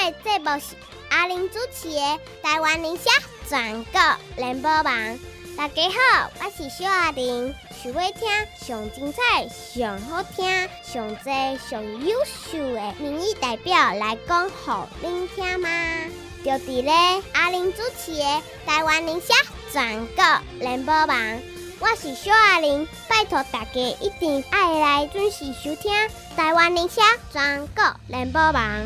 的节目是阿玲主持的台湾宁夏全国联播网。大家好，我是小阿玲。想要听上精彩、上好听、上多、上优秀的民意代表来讲给您听吗？就伫咧阿玲主持的台湾宁夏全国联播网。我是小阿玲，拜托大家一定要来准时收听台湾宁夏全国联播网。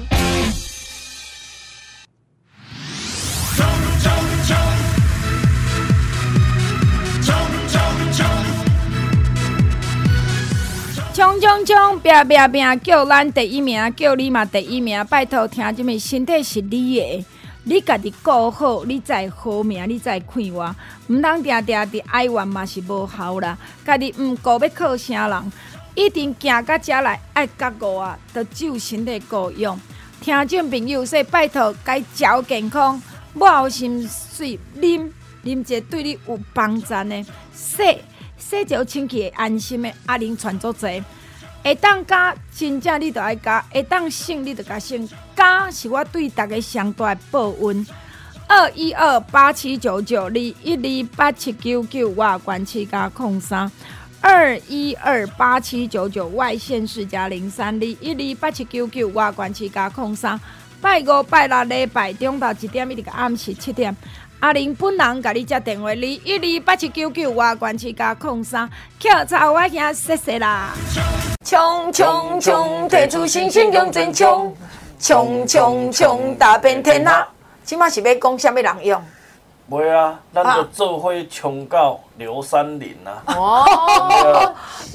冲冲冲！拼拼拼！叫咱第一名，叫你嘛第一名！拜托，听这么身体是你的，你家己顾好，你才好命，你才快活。唔通定定伫哀怨嘛是无效啦。家己唔顾要靠啥人，一定行到遮来爱觉悟啊，着只有身体顾用。听众朋友说，拜托该照健康，抹心水啉一个对你有帮助的洗脚清气的安心的阿玲传作济，会当加真正你着爱加，会当省你着加省，加是我对大家上大的报恩。212879921287999外关7加03。2128799外县市加0321287999外关7加03。拜五拜六礼拜中昼1点一直到暗时7点。阿玲本人甲你接电话2128799外关7加03，捡草我兄谢谢啦！冲冲冲，提出新鲜用真冲！冲冲冲，打遍天下！即马是要讲啥物人用？ 袂啊，咱就做伙冲到刘三林啊！ 哦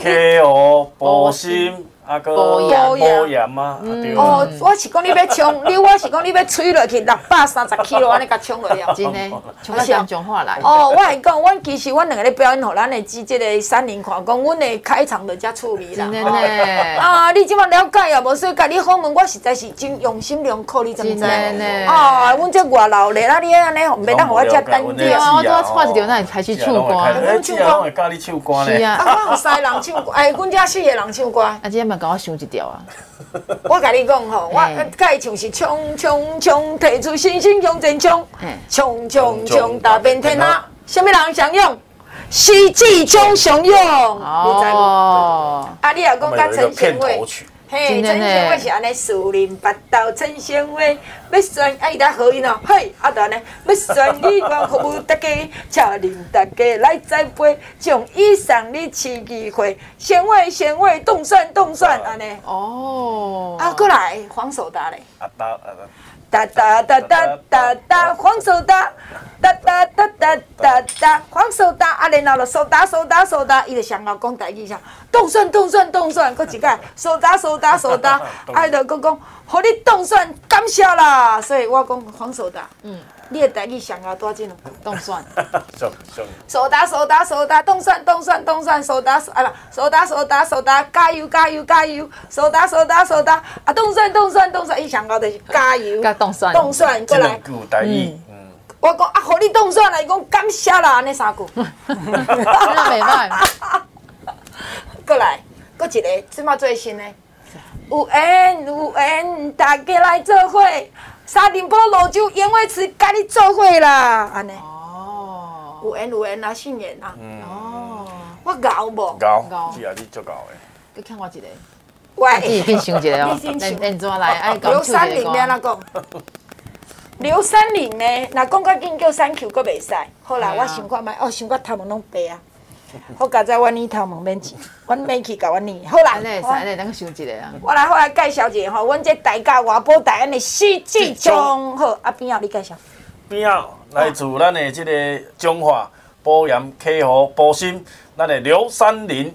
，KO 保心。保盐啊，对。 哦，我是讲你要冲，我是讲你要吹落去630 kg 安尼甲冲落去。 真的，冲到山上化来。 哦，我会讲，其实阮两个咧表演，互咱的即个三林看，讲阮的开场就遮趣味啦。 真的呢。 啊，你即马了解啊？无说甲你访问，我实在是真用心良苦，你知唔知？ 真的呢。 啊，阮这外老咧，你安尼袂当互我遮单调。 对啊，我拄仔看一条，咱开始唱歌。 阮唱歌会教你唱歌呢。 是啊。 啊，我有3个人唱歌，阮遮4个人唱歌。 啊，今嘛甲我想一条啊！ 我甲你讲吼，我甲伊唱是冲冲冲，提出新鲜向前冲，冲冲冲，打遍天下。什么人常用？徐继忠常用，你知无？啊，你也讲甲陈贤伟，嘿，陈贤伟是安尼，树林八道陈贤伟，要选啊，伊在合音哦，嘿，啊，就安尼，要选你愿服务大家，请恁大家来栽培，将以上你市议会，贤伟动算安尼。哦。啊，过来黄守达嘞。哒哒哒哒哒哒，黄守达，哒哒哒哒哒哒，黄守达，啊，然后就守达，伊就上后讲台语啥，动算，搁一个守达，啊，就讲，互你动算，感谢啦。所以我讲黄守达，你的台语上后多少动算？守达，动算，守达，守达，加油，守达，啊，动算，伊上后就是加油。动算过来。我讲啊，互你动算来讲感谢啦，安尼3句。 那袂歹。 过来，搁一个，即马最新的。有缘，大家来做伙。沙丁堡泸州烟味池，甲你做伙啦，安尼。哦。有缘啦，信缘啦。哦。我咬无？ 咬，是啊，你足咬的。 你看我一个。 喂。 你先想一个哦。连怎来？爱讲刘三林要安怎讲？刘三林呢？若讲较紧叫3 Q 阁袂使。好啦，我想看觅，想我头毛拢白啊。好佳哉，阮呢头毛免钱，阮免去甲阮呢。好啦， 安尼会使，咱想一个啊。 我来介绍一个吼，阮这大家外埔大安的徐继忠。好，啊边仔你介绍。 边仔来自咱的这个中华保盐溪河保心，咱的刘三林。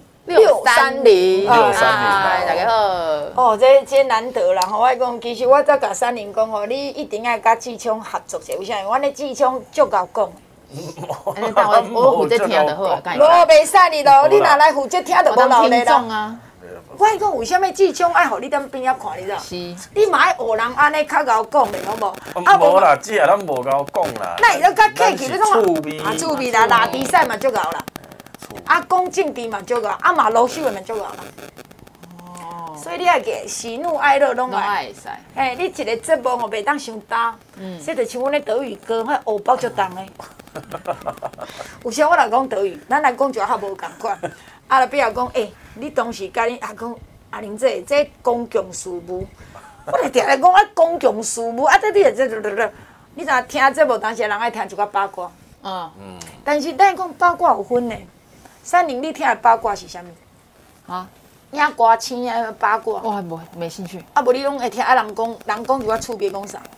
630， 大家好。 哦，这难得啦！吼，我讲，其实我则甲三林讲吼，你一定要甲志昌合作者，为啥？阮的志昌足够讲。 安尼，但我负责听就好啊， 无袂使你咯，你若来负责听就无闹咧啦。 我讲为虾米志昌爱互你踮边仔看，你知道？ 是。 你嘛爱学人安尼较贤讲的，好无？ 啊无啦，只下咱无贤讲啦。 那伊都较客气，你讲啊， 趣味啦，拉比赛嘛足贤啦。啊，讲政治嘛足贤，啊嘛老秀的嘛足贤啦。 所以你也个喜怒哀乐拢拢爱。 爱会使。 嘿，你一个节目吼袂当伤大，这就像阮咧德语歌，迄欧包足重诶。有时候我来讲德语，咱来讲就较无共款。啊，比如讲，你当时甲你阿公阿玲这公共事务，我就定来讲啊公共事务，啊这你你知影听节目，当时人爱听一寡八卦。但是咱讲八卦有分嘞，三零你听的八卦是啥物？ 啊， 影歌星啊八卦。 我还没兴趣。 啊，无你拢会听啊人讲就我厝边讲啥？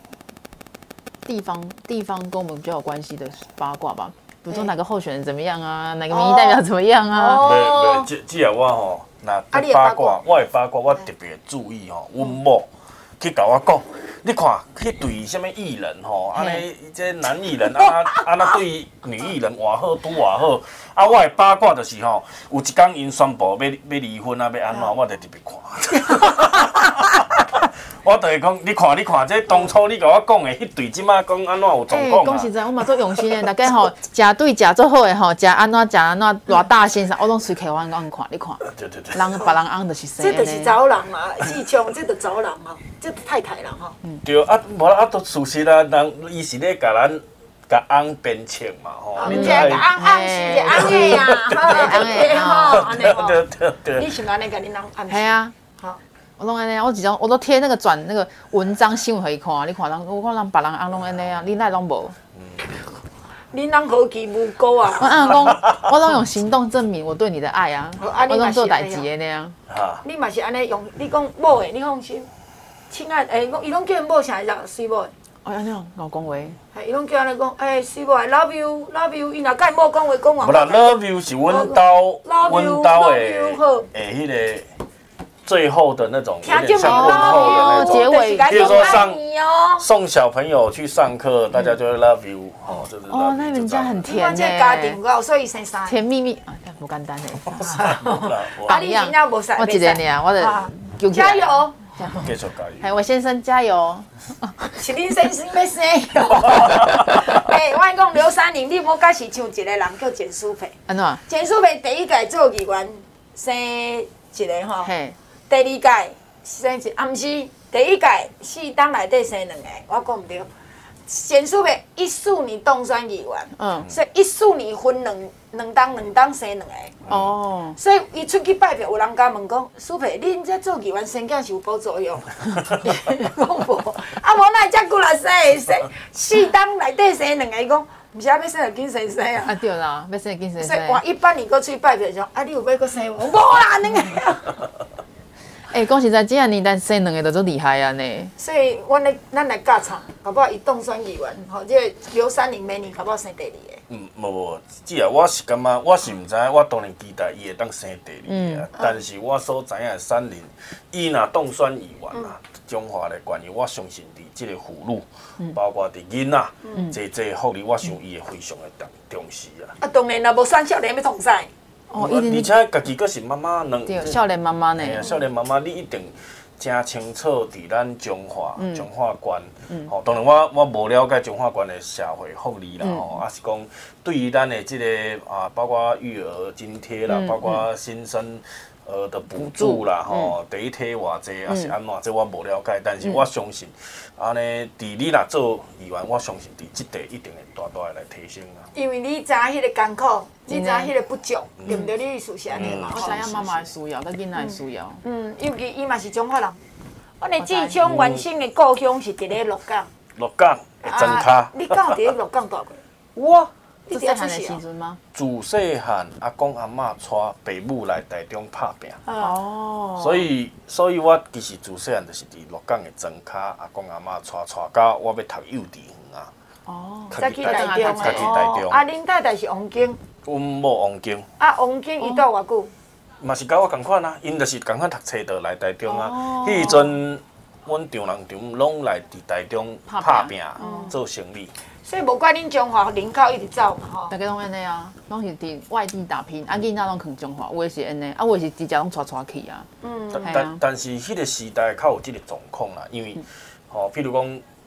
地方跟我们比较有关系的八卦吧，比如说哪个候选人怎么样啊，哪个民意代表怎么样啊。 袂，只要我吼，那八卦，我的八卦我特别注意吼，阮某去甲我讲，你看迄对什么艺人吼，安尼这男艺人安那对女艺人偌好拄偌好，啊，我的八卦就是吼，有一天因宣布要离婚啊，要安怎，我就特别看。我就会讲，你看，这当初你甲我讲的迄对，即马讲安怎有状况啊？ 讲实在，我嘛做用心的，大家吼食对食做好的吼，食安怎偌大先生，我拢随客观讲看，你看。 对。 人别人翁就是生。 这就是查某人嘛，志强，这就查某人嘛，这太太人吼。 对啊，无啦，都事实啊，人伊是咧甲咱甲翁编称嘛吼。 你这个翁是个翁的呀，好，安尼吼。 对。 你想安尼甲恁人暗示？ 系啊。 好。 我拢安尼，我都贴那个转那个文章新闻互伊看，你看人，我看人别人翁拢安尼啊，你奈拢无。 恁人好奇无高啊！ 我讲，我拢用行动证明我对你的爱啊，我拢做代志的那样。 你嘛是安尼用，你讲某的，你放心。亲爱，伊拢叫某啥叫水某的？ 安尼样老讲话。 伊拢叫安尼讲，水某的 love you，伊若甲伊某讲话讲完。 无啦 ，love you 是阮兜的迄个。最后的那种有点像问候的那种结尾， 比如说送小朋友去上课，大家就会 love you 哦，就是哦，那人家很甜呢。家庭有所以生三甜蜜蜜啊，不简单嘞。 啊，你真正无使， 我一个尔，我就加油， 继续加油。 哎，我先生加油。 是恁先生要生哟。我讲刘三玲，你无假是像一个人叫简书培。 安怎？ 简书培第一届做议员生一个吼。第二届生一，啊，毋是第一届4党内底生2个，我讲毋对。简书培14年当选议员，所以14年分两党生2个。哦。所以伊出去拜票，有人甲问讲，书培，恁这做议员生囝是有副作用？讲无，啊无哪会遮久来生4党内底生2个，伊讲。毋是啊，要生就紧生生啊！ 啊对啦，要生就紧生生。 所以换100年搁出去拜票就，啊，你有要搁生无？无啦，2个。 讲实在，这样年代生2个就足厉害啊呢。 所以，咱来教场，搞不好伊当选议员，吼，这个刘三玲明年搞不好生第2个。 无，只要我是感觉，我是毋知影，我当然期待伊会当生第2个，但是我所知影三玲，伊若当选议员啊，中华的关于我相信伫即个妇女，包括伫囡仔，这福利，我想伊会非常的重视啊。 啊，当然啦，无选少年要创啥？ 哦，而且家己佫是妈妈， 对，少年妈妈呢？ 少年妈妈，你一定真清楚伫咱中华关，吼，当然我无了解中华关的社会福利啦，吼，啊是讲对于咱的即个包括育儿津贴啦，包括新生的补助啦，吼，第一梯偌济，啊是安怎？这我无了解，但是我相信，安尼伫你若做议员，我相信伫即块一定会大大的来提升啊。 因为你知影迄个艰苦，你知影迄个不足，对毋对？你意思是安尼嘛？ 我知影妈妈的需要，甲囡仔的需要。 尤其伊嘛是中华人。阮的志昌原生的故乡是伫咧鹿港。 鹿港的庄脚。 你敢有伫咧鹿港住过？我。 你细汉的时阵吗？ 自细汉，阿公阿嬷带爸母来台中拍拼。哦。所以我其实自细汉就是伫鹿港的庄脚，阿公阿嬷带到我要读幼稚园啊。 哦。再去台中哦。 啊，恁太太是王晶。 阮某王晶。 啊，王晶伊住偌久？ 嘛是甲我同款啊，因就是同款读册倒来台中啊。迄阵，阮丈人场拢来伫台中拍拼做生意。 所以无怪恁中华人口一直走嘛吼。 大家拢安尼啊，拢是伫外地打拼，啊囡仔拢囥中华，有诶是安尼，啊有诶是直接拢带去啊。 但是迄个时代较有即个状况啦，因为吼，譬如讲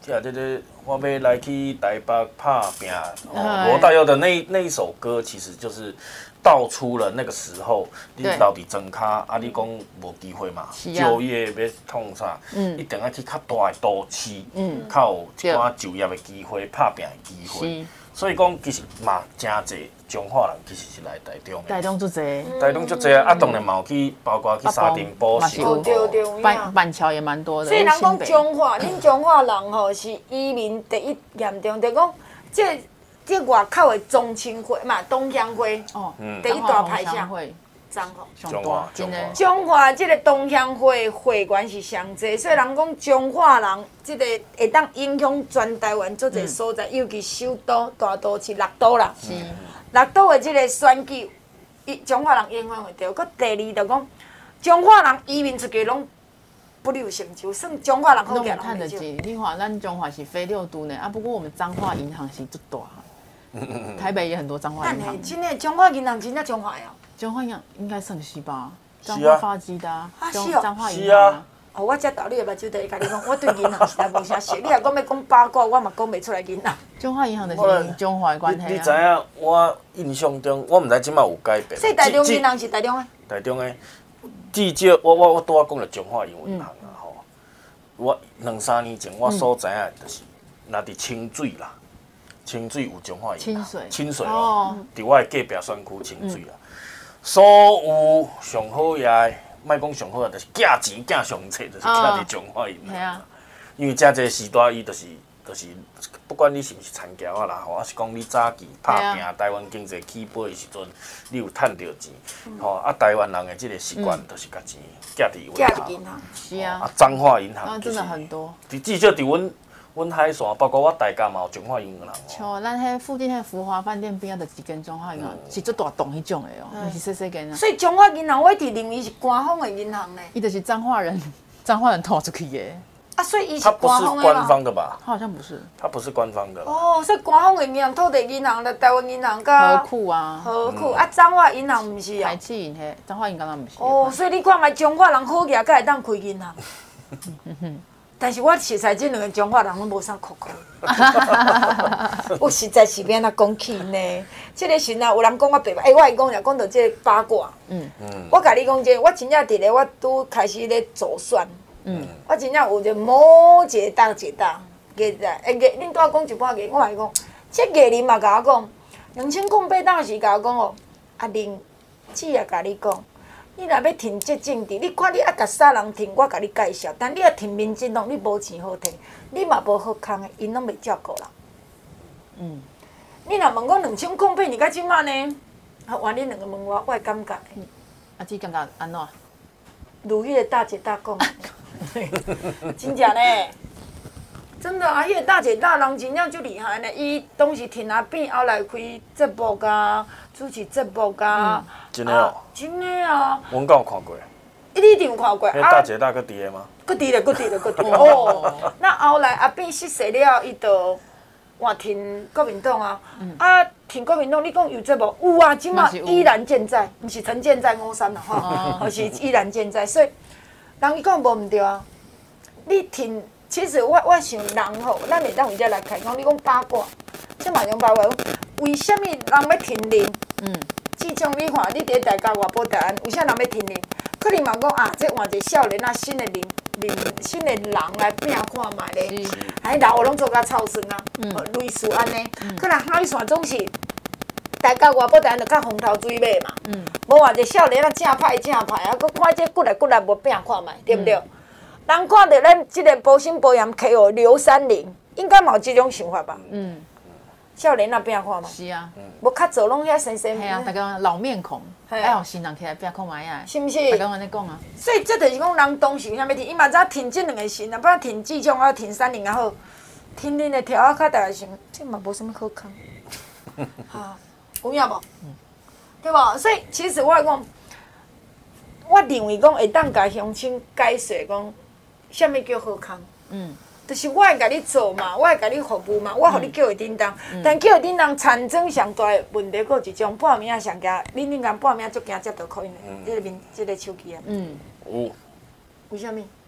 我要来去台北打拼。罗大佑的那一首歌，其实就是道出了那个时候，你到底装卡啊？你讲无机会嘛？就业要创啥？一定要去较大的都市，较有一寡就业的机会、打拼的机会。所以讲，其实嘛，真侪彰化人其实是来台中的。 台中足侪， 台中足侪啊！当然嘛有去，包括去沙丁堡、 对， 板桥也蛮多的。 所以人讲彰化，恁彰化人吼是移民第一严重，就讲这外口的中青会嘛，东乡会第一大排场。彰化，彰化这个东乡会会员是上济，所以人讲彰化人这个会当影响全台湾足侪所在，尤其首都大都市六都啦。六都的这个选举，彰化人影响会到。佮第二就讲，彰化人移民出去拢不留成就，算彰化人好起来拢袂少。 你看，咱彰化是非六都呢啊，不过我们彰化银行是最大。台北也很多彰化银行。 真的彰化银行真正彰化哦。 彰化银行应该算是吧？彰化发基的啊，彰化银行。 哦，我遮道理的目睭就会甲你讲，我对银行实在无啥熟。你若讲要讲八卦，我嘛讲袂出来银行。 彰化银行就是彰化的关系啊。 你知影？我印象中，我毋知即摆有改变。 所以台中银行是台中的。 台中的，至少我拄仔讲了彰化银行啊吼。我2-3年前我所知影就是，若伫清水啦，清水有彰化银行。清水哦，伫我的隔壁选区清水啦。所有上好个，莫讲上好个，就是价钱价上册，就是徛伫彰化银行。因为遮济时代伊就是不管你是毋是参加啊啦，或是讲你早期打拼台湾经济起飞的时阵，你有趁到钱，吼啊！台湾人的这个习惯就是甲钱寄伫银行， 是啊， 啊彰化银行真的很多， 至少伫阮海线，包括我大家嘛有彰化银行。 像咱迄附近迄福华饭店边仔就一间彰化银行，是最大栋迄种的哦，毋是细细间啊。 所以彰化银行我一直认为是官方的银行呢。 伊就是彰化人拖出去的。 啊，所以伊是官方的吗？ 它不是官方的吧？ 它好像不是。 它不是官方的。 哦，所以官方的银行，土地银行、台湾银行、甲和库啊， 彰化银行毋是啊。 台企银迄彰化银行毋是。 哦，所以你看卖彰化人好起来，才会当开银行。但是我实在这两个彰化人拢无啥酷酷。我实在是要安怎讲起呢？这个时阵有人讲我白目，我会讲到这个八卦。我甲你讲这，我真正伫咧，我拄开始咧走算。我真正有一个某一个大姐大，月在，恁拄仔讲一半月，我来讲，这月龄嘛甲我讲，2008当时甲我讲哦，阿玲姊也甲你讲。你若要挺这政治，你看你啊，甲啥人挺，我甲你介绍。但你若挺民进党，你无钱好摕，你嘛无好康的，因拢袂照顾人。你若问讲2008年到即马呢？换恁两个问我的感觉。 啊，你感觉安怎？ 如迄个大姐大讲，真正呢？真的啊，迄个大姐大人真正足厉害呢。伊当时挺阿变，后来开节目啊，主持节目啊。 真的哦。 真的啊！ 阮敢有看过？ 你一定有看过。 迄大姐大佫伫个吗？ 佫伫咧。哦，那后来阿扁失势了，伊就换挺国民党啊。啊，挺国民党，你讲有节目有啊，即马依然健在，毋是陈健在53啦吼，是依然健在。所以人伊讲无毋对啊。你挺，其实我想人吼，咱会当有遮来开讲，你讲八卦，即嘛用八卦，为什么人要挺恁？即种你看，你伫大家外埔台湾，为啥人要挺恁？可能嘛讲啊，这换一个少年啊，新的人来拼看卖咧，还老拢做甲臭酸啊，类似安尼。可能海线总是大家外埔台湾就较风头水尾嘛，无换一个少年啊，正歹啊，佮看这骨力无拼看卖，对不对？人看到咱即个保心保养 KO 刘三林，应该嘛有即种想法吧？少年啊，拼看嘛。 是啊。 无较早拢遐生。 系啊，大家老面孔，爱用新人起来拼看卖啊。 是毋是？ 大家安尼讲啊。 所以这就是讲人当时有啥要挺，伊嘛知挺这两个神啊，不然挺志忠啊，挺三林也好，挺恁的条啊，较大个想，这嘛无啥物好康。哈，有影无？对无？所以其实我讲，我认为讲会当甲乡亲解释讲，啥物叫好康？就是我会甲你做嘛，我会甲你服务嘛，我互你叫会叮当，但叫会叮当产生上大的问题，佫一种半暝啊上惊，恁讲半暝足惊接到可能的，即个手机啊。 有。 为什么？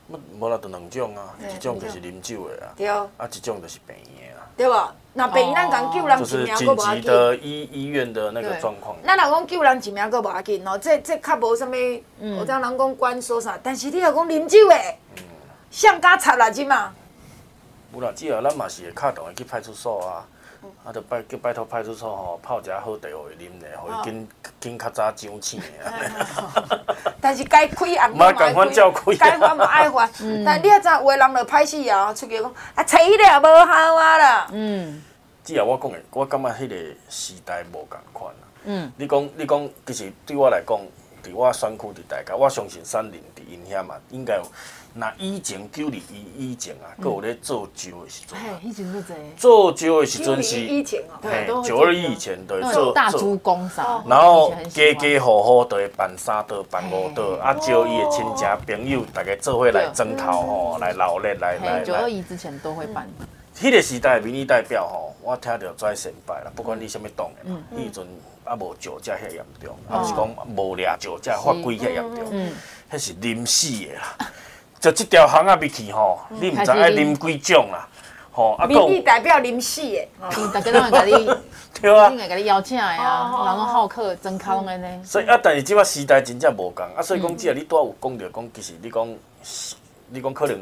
无啦，就两种啊，一种就是啉酒的啊， 对， 一种就是病的啊。 对无？那病咱讲救人就是一命， 紧急佫无要紧。 的医院的那个状况。 咱若讲救人一命，佫无要紧吼，这较无啥物，有当人讲官说啥，但是你若讲啉酒的，上敢插啦，即嘛。 有啦，只要咱嘛是会敲电话去派出所啊，就拜托派出所吼泡一下好茶互伊啉咧，互伊紧较早上醒啊。 但是该开暗嘛赶快叫开， 该还嘛爱还。但你也知，有的人就歹死啊，出去讲啊，找迄个也无效啊啦。 只要我讲的，我感觉迄个时代无共款啦。你讲，其实对我来讲，伫我选区伫大家，我相信3林伫因遐嘛，应该有。那以前92以前啊，佫有咧做酒的时阵， 以前是这。 做酒的时阵是 ，921 以前对做大猪公啥， 然后家户户都会办3桌、办5桌，招伊的亲戚朋友，大家做伙来征讨吼，来闹热来。 921之前都会办。 迄个时代的民意代表吼，我听到跩先拜啦，不管你什么党的嘛，迄时阵无酒驾遐严重，是讲无掠酒驾法规遐严重，迄是啉死的啦。就这条巷仔入去吼，你毋知爱啉几种啦，吼。 民意代表啉死的， 大家拢会甲你， 对啊， 应该甲你邀请的啊，人拢好客，真卡拢安尼。 所以但是即摆时代真正无共，所以讲只要你拄有讲着讲，其实你讲可能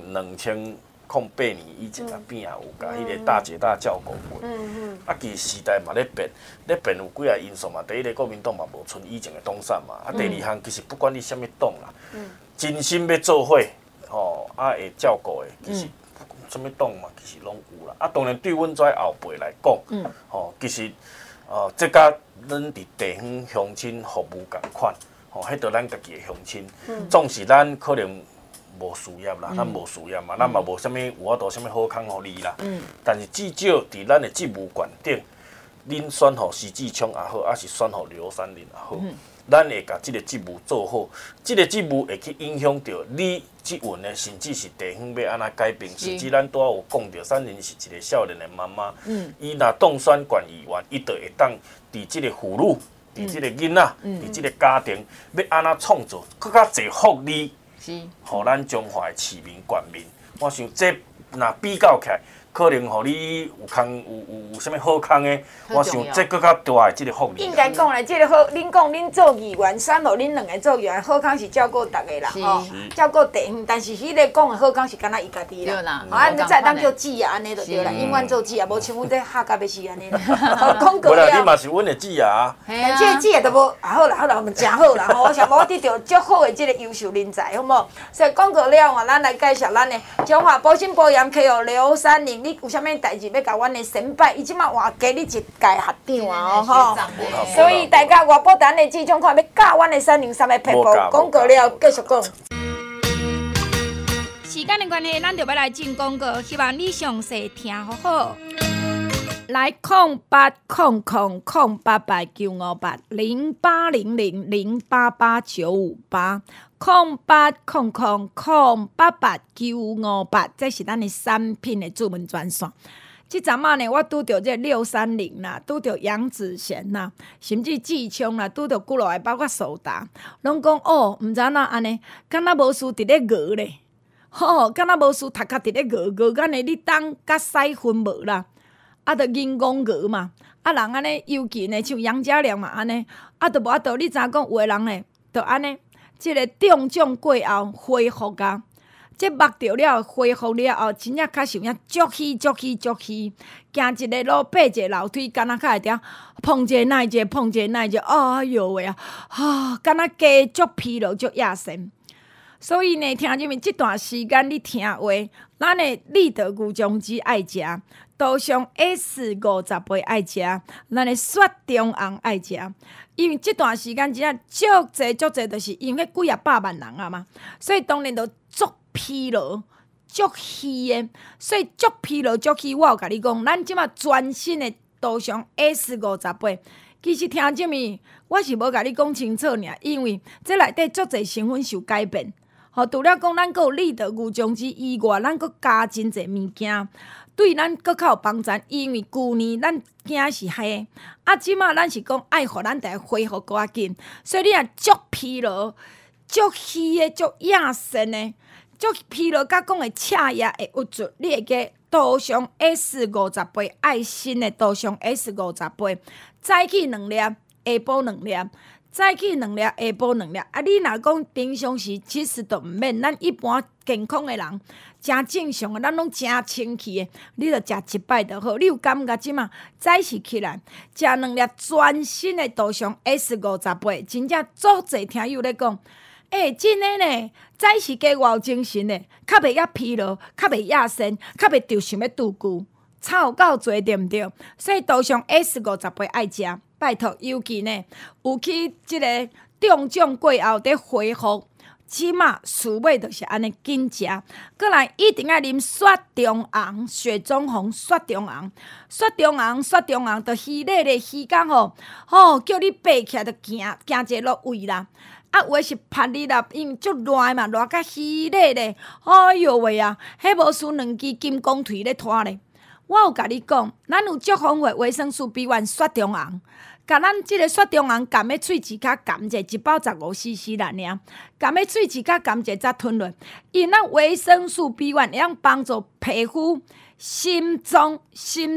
2008年以前啊边啊有甲迄个大姐大叫过过，其实时代嘛咧变有几个因素嘛。第一个国民党嘛无像以前的党产嘛，第二项其实不管你什么党啦，真心要做伙。会照顾的，其实什么党嘛，其实拢有啦。当然对阮跩后辈来讲，其实这甲咱伫地方乡亲服务共款，迄着咱家己的乡亲。总是咱可能无事业啦，咱无事业嘛，咱嘛无啥物有法度啥物好康互你啦。但是至少伫咱的职务权顶，恁选互施志昌也好，还是选互刘三林也好。咱会甲即个职务做好，即个职务会去影响到你即运的，甚至是地方要安怎改变。甚至咱拄仔有讲到，3林是一个少年的妈妈，伊若当选县议员，伊就会当伫即个妇女、伫即个囡仔、伫即个家庭，要安怎创造更较侪福利，互咱中华的市民、全民。我想这若比较起来，可能互你有啥物好康的，我想这更较大的即个福利。 应该讲咧，即个好，恁讲恁做议员，选互恁两个做议员，好康是照顾大家啦，吼，照顾地方。但是迄个讲的好康是敢若伊家己啦，你再当叫姊啊，安尼就对啦，永远做姊啊，无像阮这下甲要死安尼。讲过了， 你嘛是阮的姊啊。 但即个姊都无，好啦，我们真好啦，吼，我想我得到足好的即个优秀人才，好无？所以讲过了吼，咱来介绍咱的中华保险保险科刘三林。你有啥物代志要甲阮的先拜？伊即马换加你一届校长啊，吼！所以大家外保单的这种看要教阮的303的撇步，广告了继续讲。 时间的关系，咱就要来进广告，希望你详细听好好。来0800088958080008889588，这是咱的产品的主文专线。即阵仔呢，我拄着这630啦，拄着杨子贤啦，甚至志昌啦，拄着几落个，包括苏达，拢讲哦，毋知影安尼，敢若无事伫咧饿咧，吼，敢若无事头壳伫咧饿干呢，你当甲屎昏无啦。着人工鹅嘛，人安尼，尤其呢像杨家良嘛安尼，着无道你知影讲有的人呢，着安尼，即个中奖过后恢复啊，即目着了恢复了后，真正较想影足气，行一个路爬一个楼梯，敢若较会点碰一个耐一个，碰一个耐一个，哎哟喂啊，敢若加足疲劳足亚神。所以呢，听入面这段时间你听话，咱的立德牛酱汁爱食，豆上 S50杯爱食，咱的雪中红爱食。因为这段时间真正足侪，就是因为几百万人啊嘛，所以当然就足疲劳、足虚的。所以足疲劳、足虚，我有甲你讲，咱即马全新的豆上 S50杯。其实听入面，我是无甲你讲清楚尔，因为这内底足侪成分受改变。除了讲咱有立德牛酱汁以外，咱佫加真侪物件，对咱佫较有帮助。因为旧年咱囝是黑，即马咱是讲爱互咱家恢复较紧，所以你若足疲劳、足虚的、足亚神的、 足疲劳，甲讲的赤夜会郁卒，你会记杜尚 S50杯，爱心的杜尚 S50杯，早起2粒，下晡2粒。早起2粒，下晡2粒。啊，你若讲平常时其实都毋免，咱一般健康的人，真正常的，咱拢真清气的，你着食一摆就好。你有感觉即嘛？早时起来食2粒全新的杜尚 S50杯，真正足侪听友咧讲，真的呢，早时加偌有精神的，较袂遐疲劳，较袂亚身，较袂着想要拄久，吵够多对毋对？所以杜尚 S50杯爱食。拜托，尤其呢，有去即个中奖过后伫回复，即马事尾就是安尼紧食，过来一定要啉雪中红、雪中红、雪中红、雪中红、雪中红，着鱼咧咧鱼缸叫你爬起来着行一个落位啦。啊，有诶是拍你啦，因为足热嘛，热甲鱼咧咧，哎哟喂啊，迄无输2支金刚腿咧拖咧。我有甲你讲，咱有足方法维生素 B1 雪中红。甲咱即个雪中红含的喙齿较含者，1包15cc 啦尔，含的喙齿较含者才吞落。因咱维生素 B1 会用帮助皮肤、心脏、神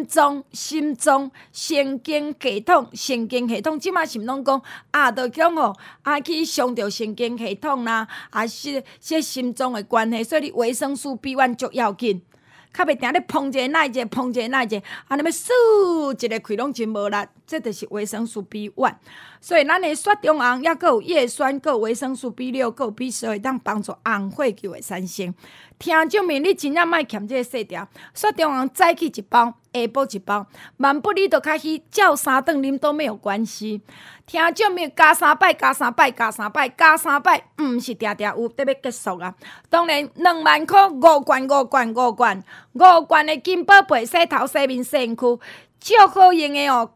经系统，即马是毋拢讲着讲去伤着神经系统啦，是心脏的关系，所以你维生素 B1 足要紧。较袂定咧碰一个耐一个，安尼要咻一个开拢真无力，这就是维生素 B1。所以咱的雪中红也佫有叶酸，佫有维生素 B6，佫有 B12，会当帮助红血球的产生。听众们，你真正莫欠这个细条，雪中红早起1包，下晡1包，万不你就较去照3顿啉都没有关系。听众们，加3摆，毋是定定有，得要结束啊！当然，2万块5罐的金宝贝洗头、洗面、洗身躯，足好用的哦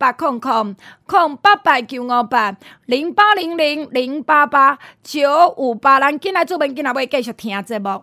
！0800-0800-0888-088-958，咱紧来做门，紧来要继续听节目。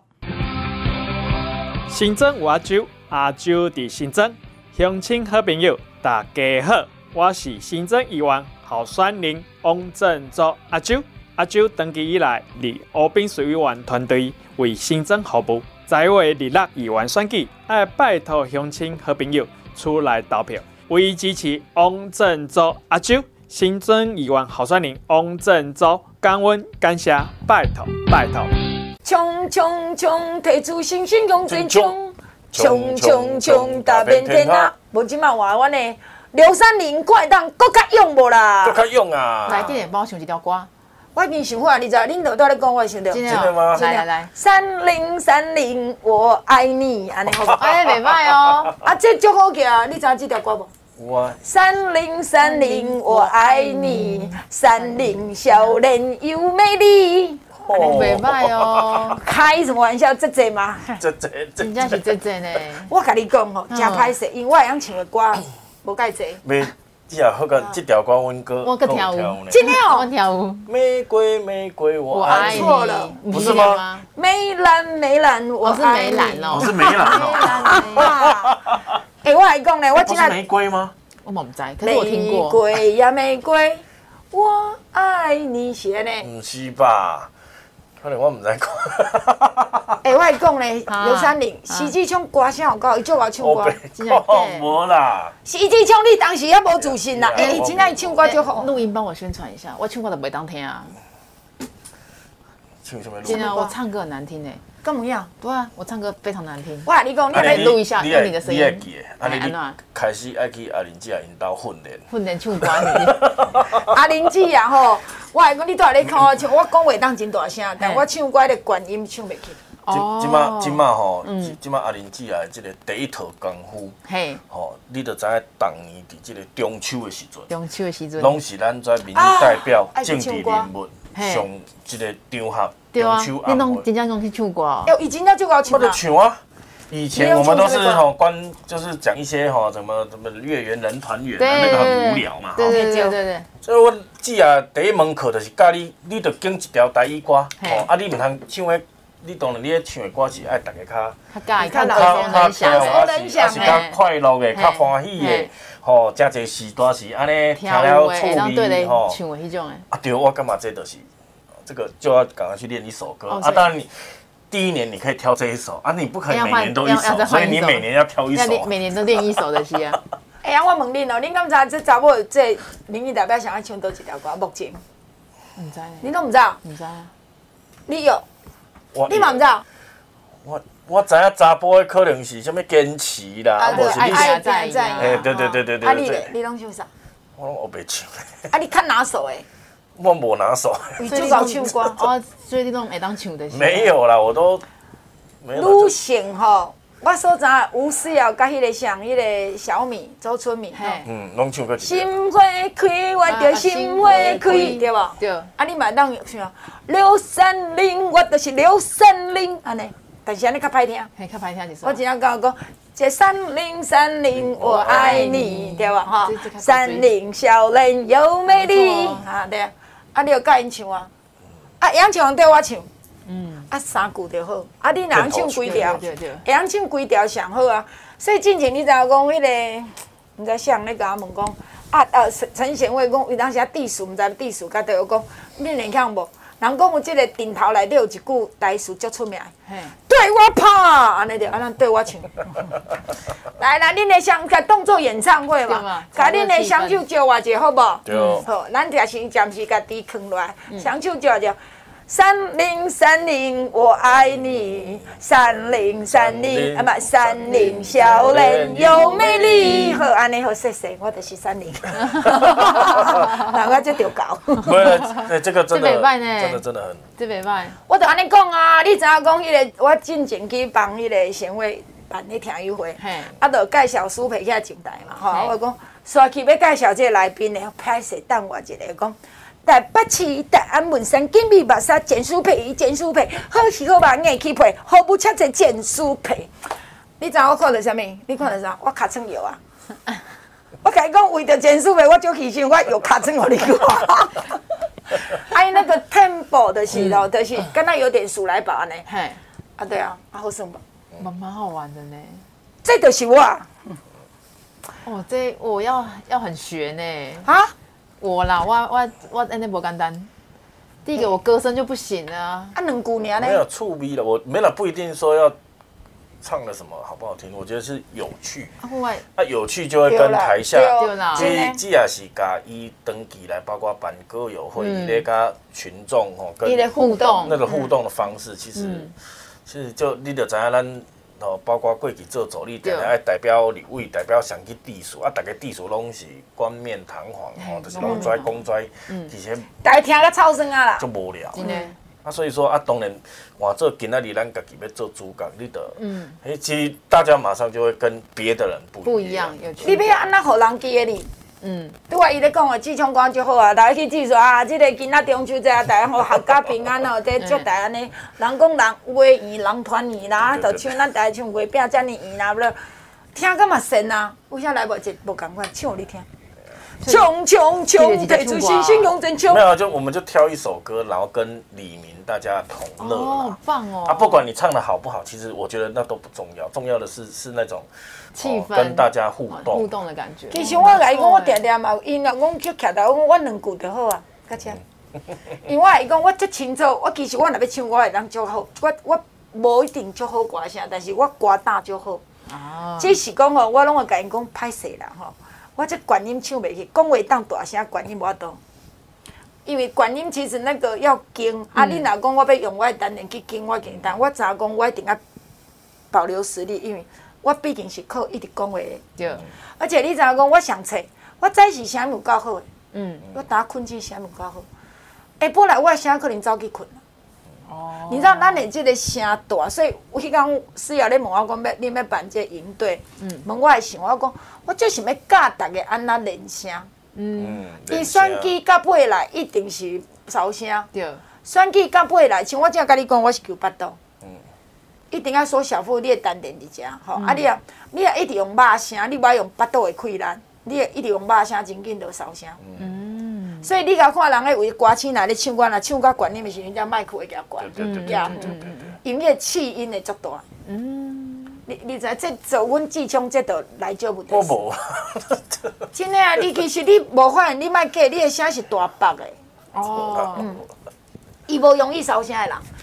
新增有阿周，阿周伫新增，乡亲好朋友，大家好，我是新增议员候选人王振祖阿周。阿周登记以来，伫乌滨水委员团队为新增服务。在位26议员选举，爱拜托乡亲好朋友出来投票，为支持王振祖阿周。新增议员候选人王振祖，感恩感谢，拜托。 冲，提出信心向前冲，冲，踏遍天下。无即马话阮的刘三林快当搁较勇无啦？ 搁较勇啊！ 来，弟帮我唱一条歌。 我已经想好，你知？恁都在咧讲，我想到。 真的吗？来。 3030，我爱你，安尼好不好？ 袂歹哦。 啊，这足好个，你知这条歌无？ 我 3030，我爱你，30少年又美丽。 袂歹哦。 开什么玩笑？这济嘛？ 真正是这呢。 我甲你讲吼，真歹势，因为我会晓唱的歌无介济。 只要好个这条歌，阮哥我跳舞， 真的哦， 我跳舞。 玫瑰，我爱你。 错了， 不是吗？ 梅兰，我是梅兰哦， 我是梅兰哦。 我来讲呢，我不是玫瑰吗？ 我唔知，可是我听过。 玫瑰呀玫瑰，我爱你，是安尼。 唔是吧？可能我唔知讲。 我来讲呢，刘三林，徐志昌歌声有够，伊足会唱歌。 无啦。 徐志昌，你当时也无自信啦，伊真正唱歌就好。 录音帮我宣传一下，我唱歌都袂当听啊。 唱什么？ 真的，我唱歌很难听诶。 跟我一样。 对啊，我唱歌非常难听。 我跟你讲，你来录一下，用你的声音。 你会记的，你开始爱去阿玲姐因兜训练唱歌。 阿玲姐啊吼，我来讲，你在咧看我唱，我讲话当真大声，但我唱歌的原音唱袂起。 即马吼，即马阿玲姐啊，即个第一套功夫，吼，你就知影当年伫即个中秋的时阵，拢是咱遮民意代表、政治人物上即个场合。 对啊，你拢真正拢去唱歌。 伊真正就搞唱啊。 我就唱啊。以前我们都是就是讲一些什么月圆人团圆，那个很无聊嘛。 对。 所以我姊啊，第一门课就是教你就经一条台语歌，啊，你唔通唱的。你当然，你咧唱的歌是爱大家较能享是较快乐的、较欢喜的，吼，真侪时段是安尼听了趣味吼。 唱的迄种的。 啊，对，我感觉这就是这个就要赶快去练一首歌啊。当然第一年你可以挑这一首啊，你不可以每年都一首，所以你每年要挑一首， 每年都练一首的是啊。 哎呀，我问恁哦，恁敢知这查某这民意代表想要唱倒一条歌？目前唔知呢？ 你都唔知？ 唔知啊？ 你有？你嘛唔知？ 我知影查甫的可能是什么坚持啦， 对，爱在在。 哎，对。 啊，你拢唱啥？ 我拢学袂唱。 啊，你看哪首诶？ 我无拿手。 为主搞唱歌哦，所以你拢会当唱的。 没有啦，我都没有。 女性吼，我所知吴思瑶甲迄个像迄个小米周春米， 拢唱过一个。 心花开，我着心花开，对无？ 对。 啊，你嘛当唱刘三林，我就是刘三林，安尼。但是安尼较歹听。 嘿，较歹听一首。 我真正讲，这3030我爱你，对吧？哈，30少年又美丽，啊对啊，啊你要教因唱啊，啊杨唱对我唱，啊3句就好，啊你若唱几条，杨唱几条上好啊。所以之前你知影讲迄个，毋知谁咧甲我问讲，陈贤惠讲，伊当时地鼠，毋知地鼠甲对我讲，你连腔无？人讲有即个顶头内底有一句台词足出名，对我拍，安尼着，安尼对我唱。来，恁的双甲当做演唱会嘛，甲恁的双手招我者好无？ 对。 好，咱定是暂时家己藏落来，双手招者。3030我爱你，3030啊不30少年又美丽，好安尼好谢谢，我就是30。那我这条搞。 不是，这个真的，真的很。 这袂歹。 我就安尼讲啊，你知影讲迄个，我进前去帮迄个贤惠办迄听友会，啊，就介绍苏培起来上台嘛，吼，我讲刷去要介绍这个来宾的，歹势等我一下讲。台北市大安文山金美目沙简书培，好是好吧，硬起配，好不恰这简书培。你知我看到啥物？你看到啥？我尻川药啊！我甲你讲，为着简书培，我就牺牲，我药尻川互你看。哎，那个 tempo 的是咯，就是跟他有点数来宝安尼。嘿，啊对啊，啊好算吧。 蛮好玩的呢。 这就是我。 哦，这我要很学呢。 啊？ 我啦，我安尼无简单。第一个，我歌声就不行啊。 啊，两句尔呢？ 没有触逼了，我没了，不一定说要唱的什么好不好听，我觉得是有趣。啊，有趣就会跟台下，只也是甲伊登记来，包括办歌友会，伊咧甲群众吼跟互动那个互动的方式，其实就你就知影咱。哦，包括过去做助理，定定爱代表立委，代表上去地属，啊，大家地属拢是冠冕堂皇，吼，就是拢跩公跩，其实大家听个臭酸啊啦， 就无聊。啊，所以说啊，当然换做今仔日咱家己要做主角，你得，其实大家马上就会跟别的人不一样。 你要安怎互人记得你？拄啊，伊咧讲的志昌歌就好啊，大家去记住啊，即个囡仔中秋节啊，大家好合家平安哦，这祝大家呢，人讲人有的圆，人团圆啦，就像咱大家唱月饼遮尔圆啦，不了，听敢嘛神啊？为啥来无无共款唱互你听？冲冲冲，提出星星永真冲。 没有，就我们就挑一首歌，然后跟李明大家同乐啦。 好棒哦！ 啊，不管你唱的好不好，其实我觉得那都不重要，重要的是那种气氛， 跟大家互动的感觉。 其实我甲伊讲，我定定嘛有音乐，讲去徛到我两句就好啊，到这。因为我甲伊讲，我足清楚，我其实我若要唱，我会当足好，我无一定足好歌声，但是我歌胆足好。只是讲吼，我拢会甲因讲歹势啦吼。我这管音唱袂起，讲话当大声，管音无法度。因为管音其实那个要经，你若讲我要用我的单连去经，我经，但我知影讲我一定要保留实力，因为我毕竟是靠一直讲话的。 对。 而且你知影讲，我上册，我早时声有够好的，我打困前声有够好，下晡来我的声可能走去困。你知道咱的这个声大，所以有迄天思瑶咧问我讲，你要办这营队，问我的想，我讲我就是要教大家安怎练声。伊选举到尾来一定是烧声。对。选举到尾来，像我正甲你讲，我是9巴肚。一定要缩小腹，你的丹田伫遮，吼。你也一直用肉声，你无用巴肚的溃烂，你也一直用肉声，真紧就烧声。所以你甲看人咧为歌星来咧唱歌，若唱到悬音的时阵，只麦克会甲悬，音乐气音会足大。你知这做阮志昌这道来少不得。 我无。 真诶啊！你其实你无发现，你莫假，你的声是大白的。伊无容易烧声的人。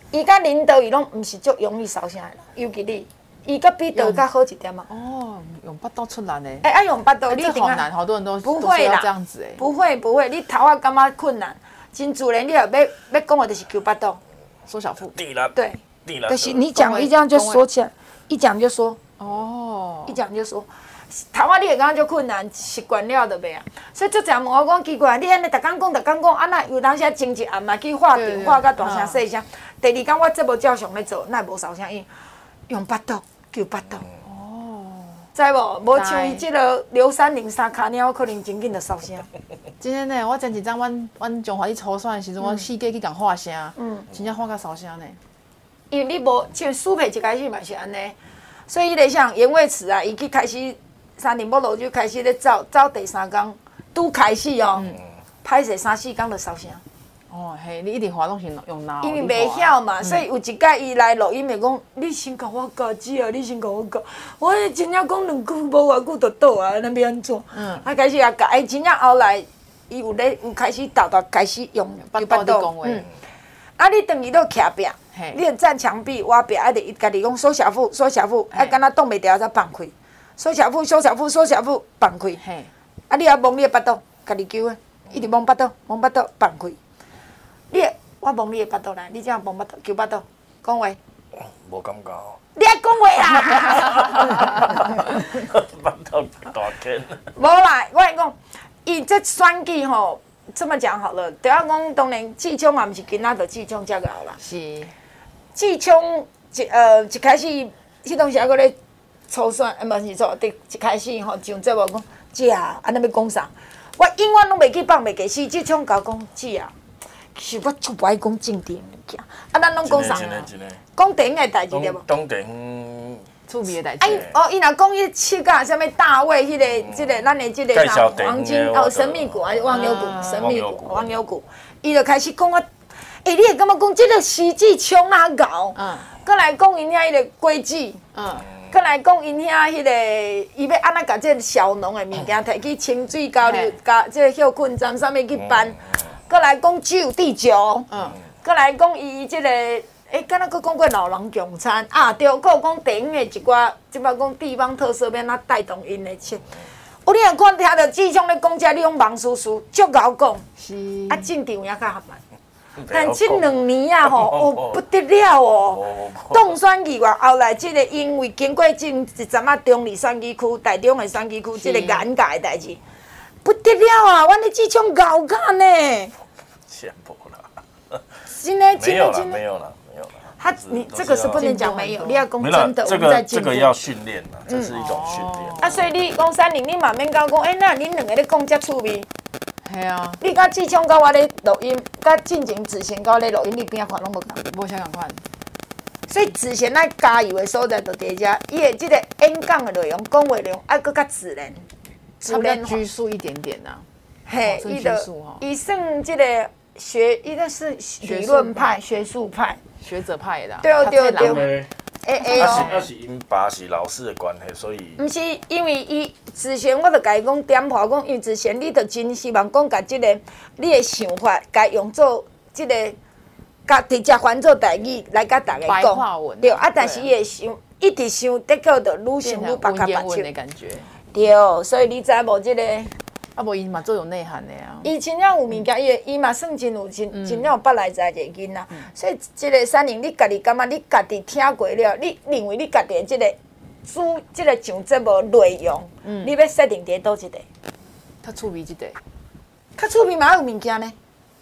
伊甲领导伊拢毋是足容易烧声的啦，尤其你，伊甲比倒较好一点嘛。 哦，用巴肚出力呢。 爱用巴肚，你这好难，好多人都不会啦， 这样子哎。 不会，你头仔感觉困难，真自然，你要讲的就是求巴肚， 缩小腹。 对， 地了。 就是你讲一这样就说起来，一讲就说。 哦。 一讲就说。头仔你会感觉就困难，习惯了就袂啊。所以足侪问我讲奇怪，你安尼逐工讲，啊那有当时前一暗嘛去化电化甲大声细声。第二天我节目照常咧做，那无烧声音，用巴肚求巴肚。哦。知无？无像伊即个刘三零三骹鸟，可能真紧就烧声。 真的呢，我前一阵阮中华去初选的时阵，我四界去共化声，真正化甲烧声呢。 因为你无像苏培一开始嘛是安尼，所以你像严卫慈啊，伊去开始。三年无落就开始咧走第三工，拄开始哦，歹势3、4工就烧声。 哦，嘿，你一直滑拢是用脑。 因为袂晓嘛，所以有一届伊来录音，就讲你先甲我教姐啊，你先甲我教。我真正讲2句无偌久就倒啊，咱要安怎？啊，开始也教，真正后来伊有开始开始用巴肚讲话。啊，你等于都徛壁，你就站墙壁、挖壁，啊，得家己讲缩小腹，啊，敢若挡袂牢才放开。缩小腹，放开。啊，你也摸你的巴肚，家己求的，一直摸巴肚，放开。我摸你的巴肚来，你这样摸巴肚，求巴肚，讲话。 无感觉哦。 你爱讲话啦！ 巴肚大间。 无啦，我跟你讲，伊这选举吼，这么讲好了，就要讲当然志聪也毋是今仔就志聪才个后啦。 是。 志聪一开始迄当时还搁咧。初选，无是错，一开始吼上节目讲姐啊，安尼要讲啥？我永远拢袂去放袂记死，志聪甲我讲姐啊，其实我就不爱讲政治物件，啊，咱拢讲啥？讲电影的代志对无？ 讲电影趣味的代志。 伊若讲迄七甲啥物大卫，即个咱的即个黄金神秘谷还是忘忧谷，忘忧谷，伊就开始讲我，你会感觉讲即个实际冲哪搞？搁来讲因遐迄个规矩。搁来讲，因遐迄个，伊要安怎甲即个小农的物件摕去清水交流，甲即个休困站啥物去办。搁来讲第九，搁来讲伊即个，敢若佫讲过老人共餐啊，对，佫有讲电影的一寡，即摆讲地方特色要哪带动因的切。有你若看听到志聪咧讲遮，你讲忙叔叔足敖讲，啊，政治有影较合办。但这2年啊，吼，不得了哦！当选议员后来，这个因为经过一阵啊中立选举区、台中的选举区，这个尴尬的代志，不得了啊！阮的志聪搞干呢。 先不啦。 真的。 没有了。 你这个是不能讲没有，你要讲真的，我们在进步。 这个要训练啦，这是一种训练。 啊，所以你讲3年，你嘛免讲，那恁2个咧讲遮趣味。 系啊， 你甲志聪甲我咧录音，甲进前子贤甲我咧录音，你边仔看拢无共， 无啥共款。 所以子贤咱加油的所在就伫遮，伊的即个演讲的内容、讲话内容，爱搁较自然， 拘束一点点呐。 嘿，伊算即个伊个是理论派、学术派、 学者派的。 对。 那是因爸是老师的关系，所以。 毋是因为伊之前，我就甲伊讲点破讲，因为之前你就真希望讲，甲即个你的想法，甲用做即个，甲直接翻做台语来甲大家讲。对，啊，但是伊会想，一直想，结果就愈想愈白卡白笑。对，所以你知无即个？ 啊，无伊嘛做有内涵的啊。 伊真正有物件，伊嘛算真有真正有捌来在一个囡仔，所以即个3年你家己感觉你家己听过了，你认为你家己的即个即个上节目内容，你要设定伫倒一个？ 较趣味一个。 较趣味嘛有物件呢？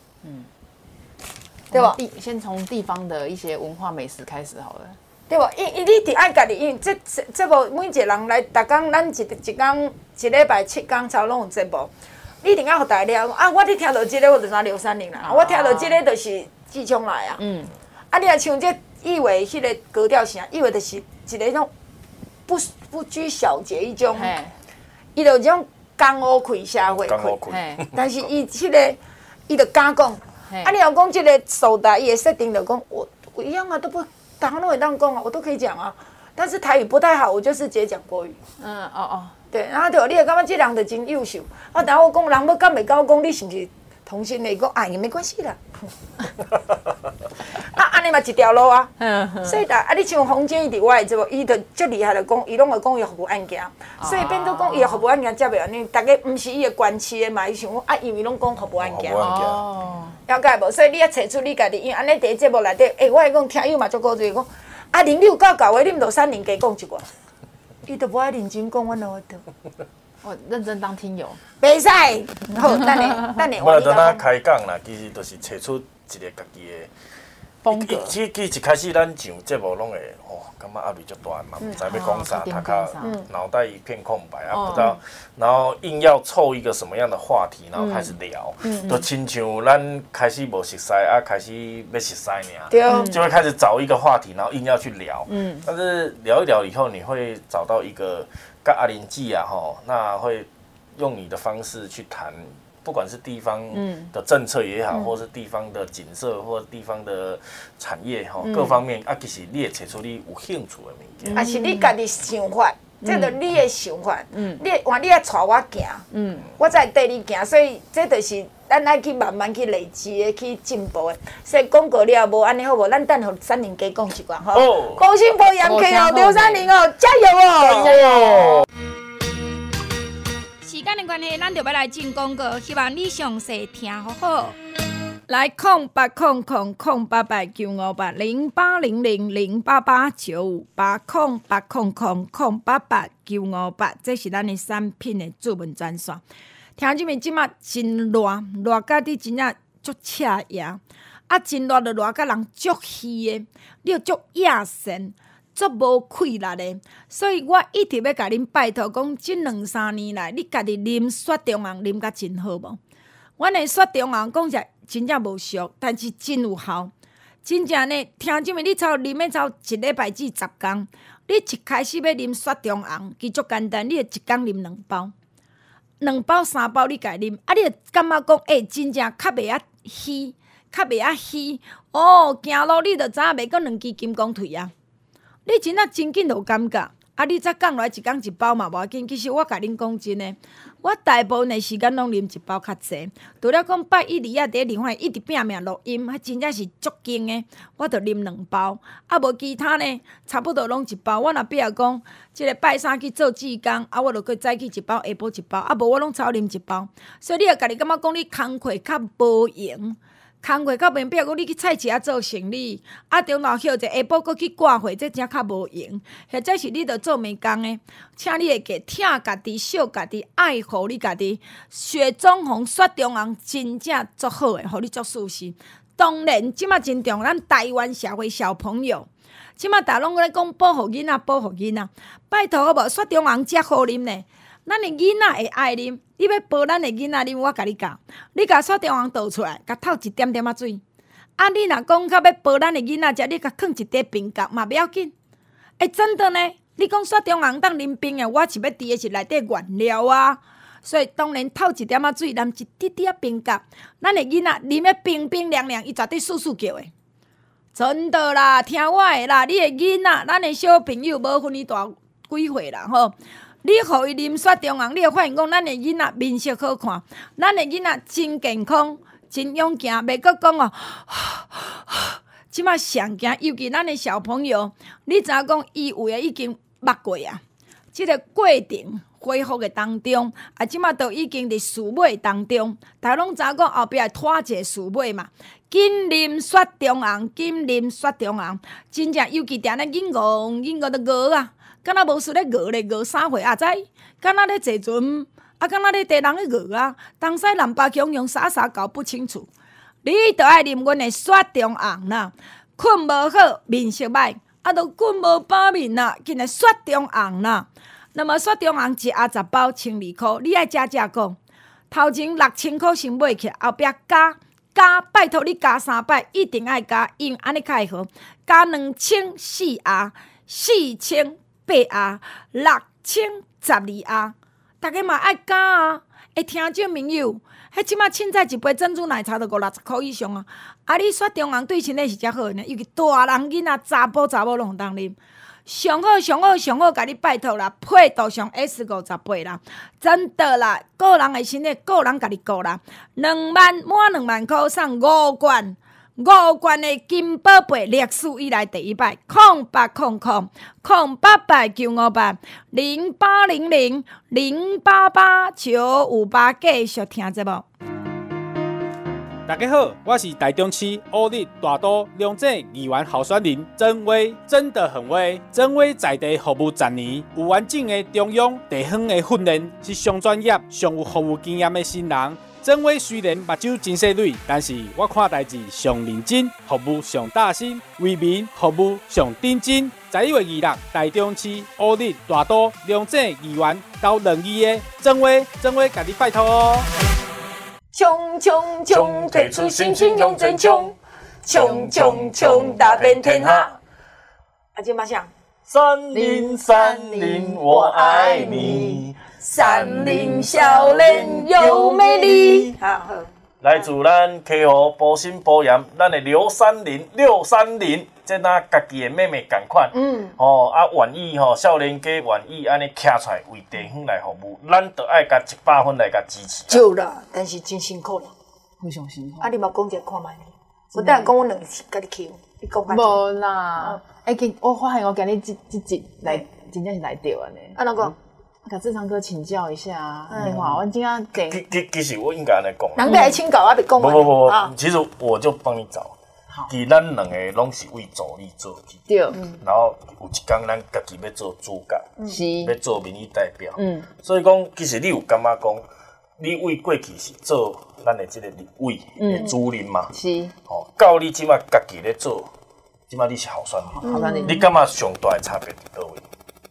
对无？ 先从地方的一些文化美食开始好了。 对无？你伫爱家己，因为这部每一个人来，逐工咱一工。1礼拜7天操拢有节目，你一定要互大家了啊！我咧听到即个，我就知刘三零啦。我听到即个就是志聪来啊。啊，你若像这以为迄个格调啥，以为就是一个种不拘小节迄种，伊就种江湖开社会开。但是伊迄个伊就敢讲，啊，你若讲即个手台伊的设定就讲，我一样啊，都不，大家都会当讲啊，我都可以讲啊。但是台语不太好，我就是直接讲国语。对，然后对，你会感觉这人就真优秀。啊，然后我讲，人要敢袂甲我讲，你是不是同性恋？讲，哎，没关系啦。啊，安尼嘛一条路啊。所以你像洪建伊伫我的节目，伊就足厉害了，讲伊拢会讲伊服务案件，所以变做讲伊的服务案件才袂安尼。大家毋是伊的关系的嘛，伊想讲因为拢讲服务案件。了解无？所以你要找出你家己，因为安尼第一节目内底，我会讲听友嘛足古锥讲，零六到9月，你毋着3年加讲一寡，伊都无爱认真讲，阮哪会得？ 我认真当听友， 袂使。好，等下， 我等咱开讲啦，其实就是找出一个家己的风格。 其一开始咱上节目拢会感觉压力足大嘛，毋知要讲啥，头壳脑袋一片空白不知道，然后硬要凑一个什么样的话题，然后开始聊，就亲像咱开始无熟悉开始要熟悉尔，就会开始找一个话题，然后硬要去聊，但是聊一聊以后，你会找到一个跟阿玲记那会用你的方式去谈。不管是地方的政策也好，或是地方的景色，或地方的产业各方面其实你会找出你有兴趣的物件， 是你家己想法，这就你的想法，你换你来带我行，我才会带你行，所以这就是咱爱去慢慢去累积的，去进步的。所以广告了无安尼好无？咱等候3年加讲一寡吼。高兴保养客刘30加油哦！ 时间的关系，咱就要来进广告，希望你详细听好好。来0800088958，0800088958，这是咱的产品的主文专线。听这边即马真热甲你真正足赤牙，真热就热甲人足虚的，你又足野性。足无气力的，所以我一直要甲恁拜托讲，这2-3年来，你家己啉雪中红啉甲真好无？阮的雪中红讲实真正无俗，但是真有效。真正呢，听这么你超啉要超1礼拜至10天，你一开始要啉雪中红，其足简单，你会一天啉2包，2包3包你家啉，你会感觉讲，真正较袂遐虚，较袂遐虚。行路你就知影袂过2支金刚腿啊！你真正真紧就有感觉，你再降落来1天1包嘛无要紧。其实我甲恁讲真诶，我大部分的时间拢啉1包较济。除了讲拜1、2伫莲花一直拼命录音，真正是足劲诶，我着啉2包。无其他呢，差不多拢1包。我若比如讲，即个拜3去做志工，我着去早起1包，下晡1包。无我拢超啉1包。所以你会家己感觉讲你工课较无用。工课较袂，比如讲你去菜市仔做生理，中昼休者，下晡搁去挂货，这真较无用。或者是你着做美工的，请你会记疼家己、惜家己、爱护你家己。雪中红、雪中红真正足好诶，互你足舒适。当然，即马真重，咱台湾社会小朋友，即马大拢咧讲保护囡仔，保护囡仔。拜托好无？雪中红遮好啉呢，咱的囡仔会爱啉。你要保咱的囡仔啉，我甲你教，你甲雪中红倒出来，甲透一点点仔水。你若讲较要保咱的囡仔食，你甲放一块冰角嘛，不要紧。真的呢，你讲雪中红当啉冰的，我是要滴的是内底原料啊。所以当然透一点仔水，淋一滴滴仔冰角，咱的囡仔啉的冰冰凉凉，伊绝对簌簌叫的。真的啦，听我的啦，你的囡仔，咱的小朋友无分伊大几岁啦吼。你互伊啉雪中红，你会发现讲，咱的囡仔面色好看，咱的囡仔真健康、真勇健，袂阁讲即马上惊，尤其咱的小朋友，你知影讲伊有诶已经捌过啊，即个过程恢复的当中，即马都已经伫树尾当中，大家拢知影讲后壁会拖一个树尾嘛。紧啉雪中红，紧啉雪中红，真正尤其定咧硬硬的饿啊！敢若无事咧饿咧饿3岁知？敢若咧坐船，敢若咧地人咧饿啊！东西南北汹涌，啥搞不清楚。你着爱啉阮的雪中红啦，困无好，面色歹，都困无饱面啦，紧来雪中红啦。那么雪中红一盒10包，12块，你爱加讲。头前6000块先买起，后壁加，拜托你加3摆，一定爱加，因为安尼较会好。加2000 4盒，4000。8盒，6012盒，大家嘛爱加啊！会听众朋友，迄即马凊彩一杯珍珠奶茶就50块以上啊！你雪中红对身体是遮好呢，尤其大人囡仔、查甫拢有当啉。上好，甲你拜托啦，配度上 S58啦，真的啦，个人的身体个人家己顾啦。2万满2万块送5罐 5冠的金宝贝历史以来第一摆0800-0800-0800-0888-958继续听节目。 大家好，我是台中市乌日大都龙井议员候选人曾威，真的很威。曾威在地服务10年，有完整的中央地方的训练，是上专业、上有服务经验的新人。曾威虽然目睭真细蕊，但是我看代志上认真，服务上大心，为民服务上认真。11月26日，台中市乌日大都龙井议员到2议的曾威，甲你拜托哦。 冲冲冲，提出新兴用真冲，冲冲冲，打遍天下。阿姐马上 3030，我爱你。 30少年又美丽。好， 来自咱溪湖保心保盐，咱的630，这咱家己的妹妹同款。愿意少年家愿意安尼徛出来为地方来服务，咱就爱甲100分来甲支持。 就啦，但是真辛苦啦， 非常辛苦。 你嘛讲者看觅呢？我等下讲我2次甲你求，你讲看。 无啦，我发现我今日这集来真正是来对安尼。 哪讲？ 甲志昌哥请教一下啊！你看，我今仔其实我应该安尼讲。 人家来请教，我别讲。 不，其实我就帮你找。其实咱2个拢是为助理做起。 对。 然后有一天咱家己要做主角，要做民意代表。所以讲，其实你有感觉讲，你为过去是做咱的这个立委的主任嘛？ 是。 到你即摆家己咧做，即摆你是候选人。你感觉上大的差别伫倒位？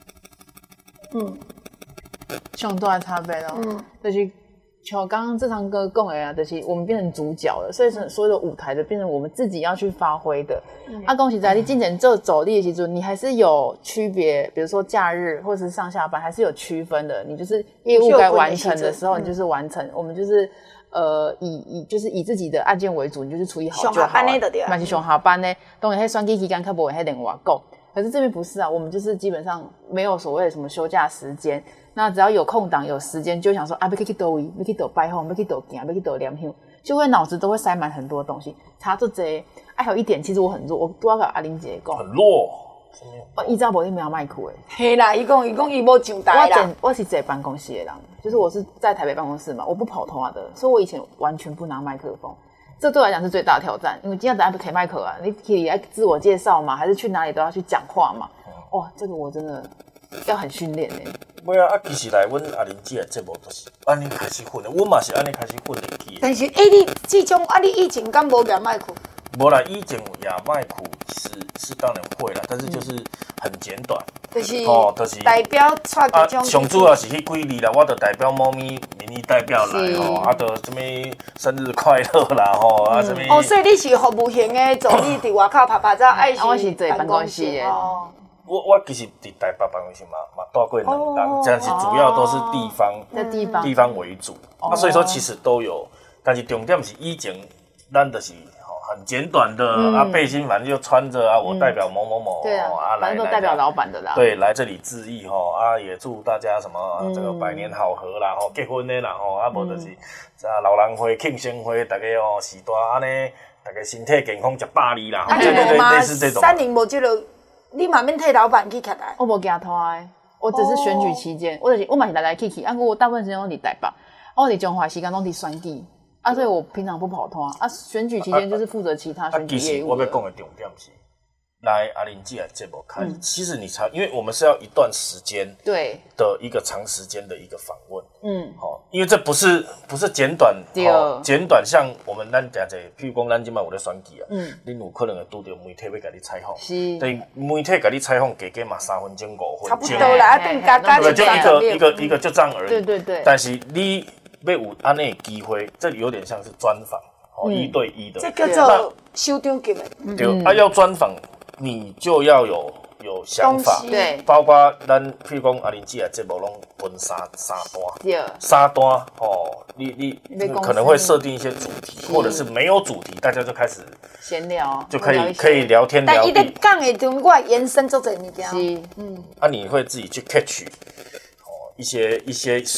上大的差别咯，就是像刚刚志昌哥讲的啊，就是我们变成主角了，所以所有的舞台的变成我们自己要去发挥的。恭喜在你今年做走力的时候，你还是有区别，比如说假日或者是上下班，还是有区分的。你就是业务该完成的时候，你就是完成。我们就是以自己的案件为主，你就是处理好就好。上下班的对啊，嘛是上下班呢，当然迄选举期间较无会迄电话讲。可是这边不是啊，我们就是基本上没有所谓的什么休假时间。那只要有空档有时间，就想说要去倒位，要去倒拜访，要去倒行，要去倒念香，就会脑子都会塞满很多东西。查做这还有一点，其实我很弱，我都要跟阿玲姐讲。 很弱。 我以前无你没有麦克诶。 嘿啦，伊讲伊无上台啦。 我是坐办公室的人，就是我是在台北办公室嘛，我不跑通话的，所以我以前完全不拿麦克风。这对我来讲是最大的挑战，因为今天等下不可以麦克啊，你可以来自我介绍嘛，还是去哪里都要去讲话嘛。哇，这个我真的要很训练诶。 没啊，其实来阮阿玲姐的节目都是安尼开始混的，阮嘛是安尼开始混入去的。 但是你这种你以前敢无举麦克？ 无啦，以前有亚麦克是当然会啦，但是就是很简短。就是代表出这种。 上主要是迄几字啦，我就代表猫咪民意代表来就什么生日快乐啦什么。 所以你是服务型的，助理伫外口拍照，爱我是坐办公室的。 我其实伫台北办公室嘛住过2档，这样是主要都是地方为主。所以说其实都有，但是重点是以前咱就是很简短的背心反正就穿着我代表某某某反正都代表老板的啦。 对，来这里致意也祝大家什么这个百年好合啦，结婚的啦无就是老人会庆生会，大家时代安尼，大家身体健康食饱哩啦。 类似这种。30无这个。你嘛免替老板去徛台， 我无惊拖的，我只是选举期间，我嘛是来去，我大部分时间拢伫台北，我伫中华时间拢伫选举，所以我平常不跑通选举期间就是负责其他选举业务。 我要讲的重点是，来阿玲姐的节目开始，其实因为我们是要一段时间的一个长时间的一个访问，因为这不是简短，简短像我们咱讲者，譬如讲咱今摆有咧选举你有可能会拄到媒体要甲你采访，但媒体甲你采访加嘛3分钟5分钟， 差不多啦， 就一个就这样而已。 对。 但是你要有安尼的机会，这有点像是专访，1对1的， 这叫做首长级的。 对，要专访。你就要有想法， 对， 包括咱譬如讲阿玲姐的节目拢分三段，你可能会设定一些主题，或者是没有主题，大家就开始闲聊， 就可以聊天聊地。 但伊咧讲的中，我延伸做侪物件， 你会自己去 catch 一些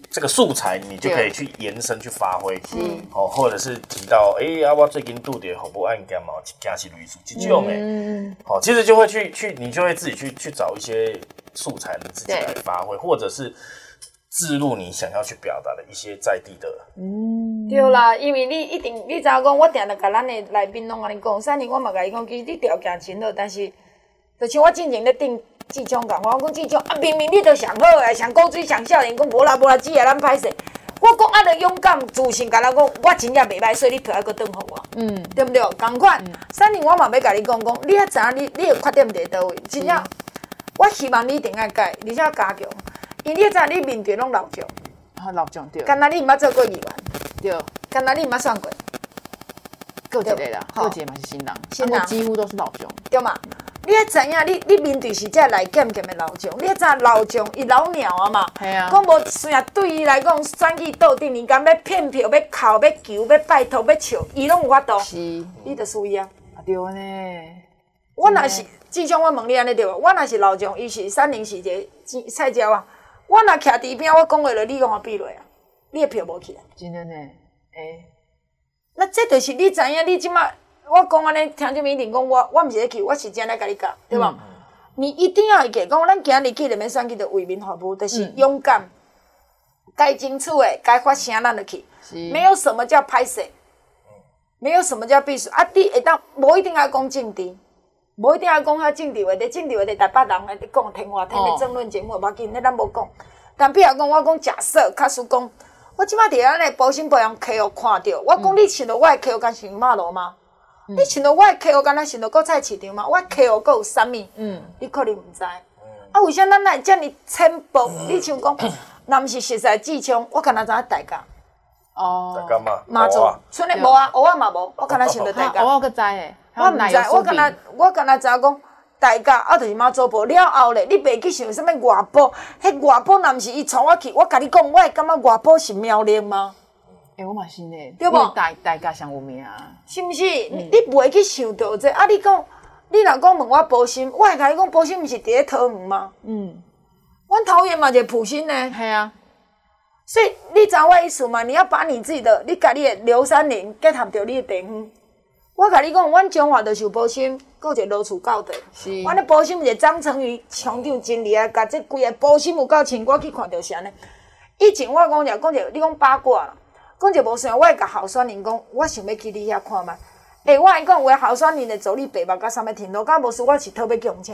这个素材，你就可以去延伸去发挥，或者是提到，我最近拄到服务案件嘛，一件是类似这种其实就会你就会自己去找一些素材，你自己来发挥，或者是置入你想要去表达的一些在地的。 对啦，因为你知道讲，我定定甲咱的来宾拢安尼讲，三年我嘛甲伊讲，其实你条件真好，但是，就像我之前咧顶志忠讲，我讲志忠明明你都上好诶，上古水上少年，讲无啦，只下咱歹势。我讲就勇敢自信，甲咱讲，我真正袂歹，所以你票还阁转互我，对不对？同款，三年我嘛要甲你讲，你也知影你的缺点伫倒位，真正，我希望你一定要改，而且加强，因为你知影你面对拢老将。 老将对， 敢若你毋捌做过议员， 对， 敢若你毋捌选过， 各一个啦，各一个嘛是新人，几乎都是老将， 对嘛？你也知影，你面对是这来减减的老将，你也知老将伊老鸟啊嘛，讲无虽然对伊来讲选举斗阵，伊敢要骗票、要哭、要求、要拜托、要笑，伊拢有法度， 是， 你着输伊啊。 对呢， 我若是志忠，我问你安尼对无？我若是老将，伊是3年是一个菜鸟啊。我若徛伫边，我讲话了，你用我闭落啊，你的票无去啊。 真的呢， 那这就是你知影，你即马我讲安尼，听众们一定讲我毋是咧去，我是真来甲你讲，对吧？你一定要会记，讲咱今日去里面选举的为民服务，就是勇敢，该争取的、该发声，咱就去。没有什么叫歹势，没有什么叫必须啊！你会当无一定要讲政治。无一定要讲遐政治话题，政治话题台北人咧讲天话天的争论节目，无要紧，咱无讲。但比如讲，我讲假设，假使讲，我即摆伫咱的保险保养客户看到，我讲你穿着我的客户敢像马路吗？你穿着我的客户敢若穿着国菜市场吗？我的客户佫有啥物？你可能毋知。啊，为啥咱来遮尔浅薄？你像讲，若毋是熟悉志昌，我敢若知影大家。 大家嘛， 妈祖，剩的无啊，蚵仔嘛无，我敢若想着大家。 蚵仔佫知诶。 我毋知，我敢若知影讲，大家啊，就是妈祖婆了后咧，你袂去想啥物外婆，迄外婆若毋是伊带我去，我甲你讲，我会感觉外婆是妙龄吗？ 我嘛是呢， 对无？ 大家上有名， 是毋是？你袂去想到这啊？你讲，你若讲问我保险，我会甲你讲，保险毋是伫咧桃园吗？阮桃园嘛就是普星呢。 系啊。 所以你知我意思吗？你要把你自己的，你甲你的刘三林结合着你的地方。我甲你讲，阮中华就是保险，佫一个罗厝教的。是。阮的保险是张成宇厂长真厉害，甲这规个保险有够清，我去看着是安尼。以前我讲者，你讲八卦啦，讲者无算，我会甲候选人讲，我想要去你遐看卖。我会讲，有的候选人会走你白目甲啥物程度，甲无事我是特别强请。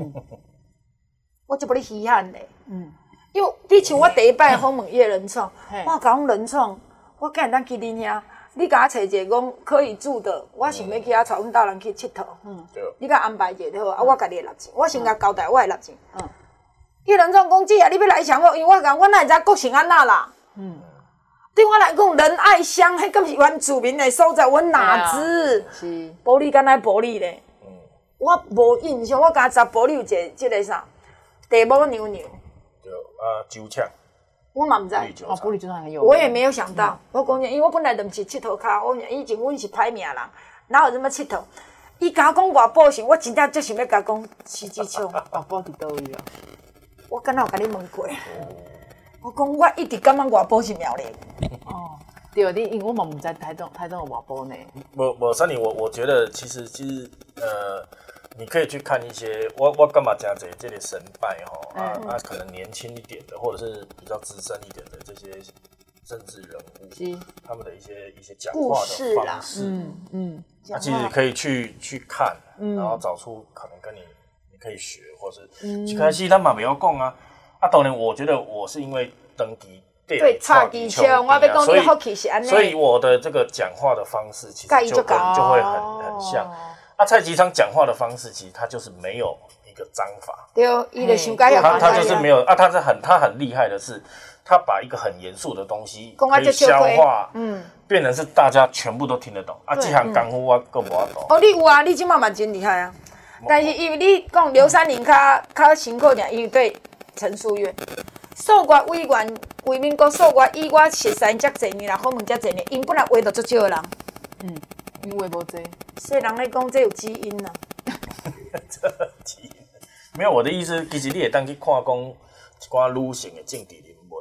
我就不咧稀罕咧。因为你像我第一摆访问叶人创，我讲人创，我竟然当去恁遐。你甲我找一个讲可以住的，我想要去遐带阮大人去佚佗。对。你甲安排一下好，啊，我家己的6钱，我先甲交代我的6钱。伊人总讲姐啊，你要来上好，因为我讲我哪会知国情安那啦？对我来讲，仁爱乡迄敢是原住民的所在，我哪知？是。玻璃敢若玻璃咧。我无印象，我敢知玻璃有一即个啥地母牛牛。 对啊，酒厂。 我嘛毋知， 玻璃酒厂很有。 我也没有想到，我讲因为我本来就毋是佚佗咖，我以前阮是歹命人，哪有这么佚佗？伊甲我讲外埔时，我真正足想要甲讲徐志昌。 外埔伫倒位啊？ 我敢若有甲你问过，我讲我一直感觉外埔是苗栗。 对，你因为我嘛毋知台中有外埔呢。 无三年，我觉得其实你可以去看一些我干嘛讲这类神拜可能年轻一点的，或者是比较资深一点的这些政治人物，他们的一些讲话的方式，其实可以去看，然后找出可能跟你可以学，或是一开始他嘛没有讲啊，当然我觉得我是因为登记对差机枪，我要讲你好气是安尼， 所以我的这个讲话的方式其实就会很像。蔡其昌讲话的方式，其实他就是没有一个章法。 对，伊就想改他就是没有他很厉害的是，他把一个很严肃的东西可以消化，变成是大家全部都听得懂。这项功夫我更无法懂。 你有啊，你即马嘛真厉害啊！但是因为你讲刘三林较辛苦点，因为对陈淑媛，数学委员为民国数学以我熟悉遮侪年啦，访问遮侪年，因本来话就足少的人。 因为无济， 所以人咧讲这有基因呐。 这基因没有我的意思，其实你会当去看讲一寡女性的政治人物，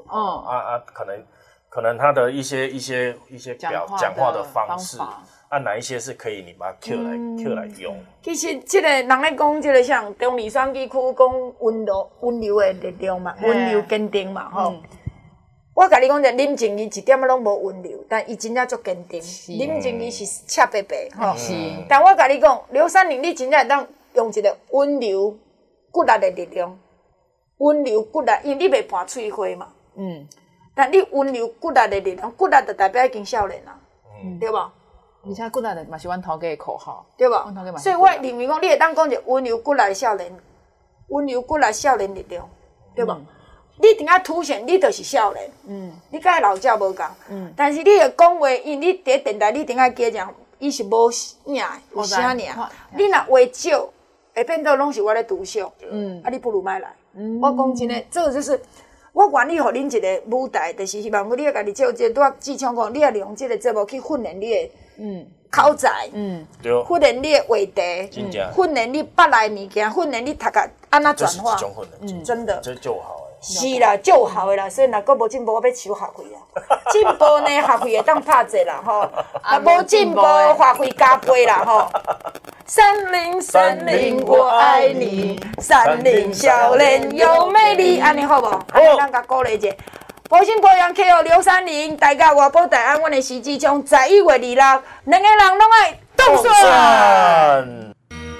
可能他的一些讲话的方式，哪一些是可以你把它 Q 来用。 其实这个人咧讲，这个像中二选举区讲温柔的力量嘛，温柔坚定嘛，吼。我甲你讲者，林静怡一点仔拢无温柔，但伊真正足坚定。林静怡是赤白白，吼。但我甲你讲，刘三玲，你真正会当用一个温柔骨力的力量，温柔骨力，因为你袂盘喙花嘛。但你温柔骨力的力量，骨力就代表已经少年啦，对无？ 而且骨力的嘛是阮头家的口号， 对无？所以我认为讲，你会当讲一个温柔骨力的少年，温柔骨力少年力量，对无？你顶下凸显，你就是少年，你甲老鸟无共，但是你的讲话，因为你伫电台，你顶下加讲，伊是无影的，有声尔。你若话少，会变到拢是我咧独秀，你不如莫来。我讲真诶，这个就是我愿意互恁一个舞台，就是希望你要家己借这拄仔志强讲，你要利用这个节目去训练你的口才，训练你的话题，训练你捌来物件，训练你读甲安怎转化，真的， 这就好。 是啦，就有效的啦，所以若佫无进步，我要收学费啦。进步呢，学费会当拍者啦，吼。无进步，学费加倍啦，吼。3030，我爱你，30少年又美丽，安尼好无？安尼咱甲鼓励者。保兴保养 KO 刘30，大家外保大安，阮的时志从11月26，两个人拢爱动算。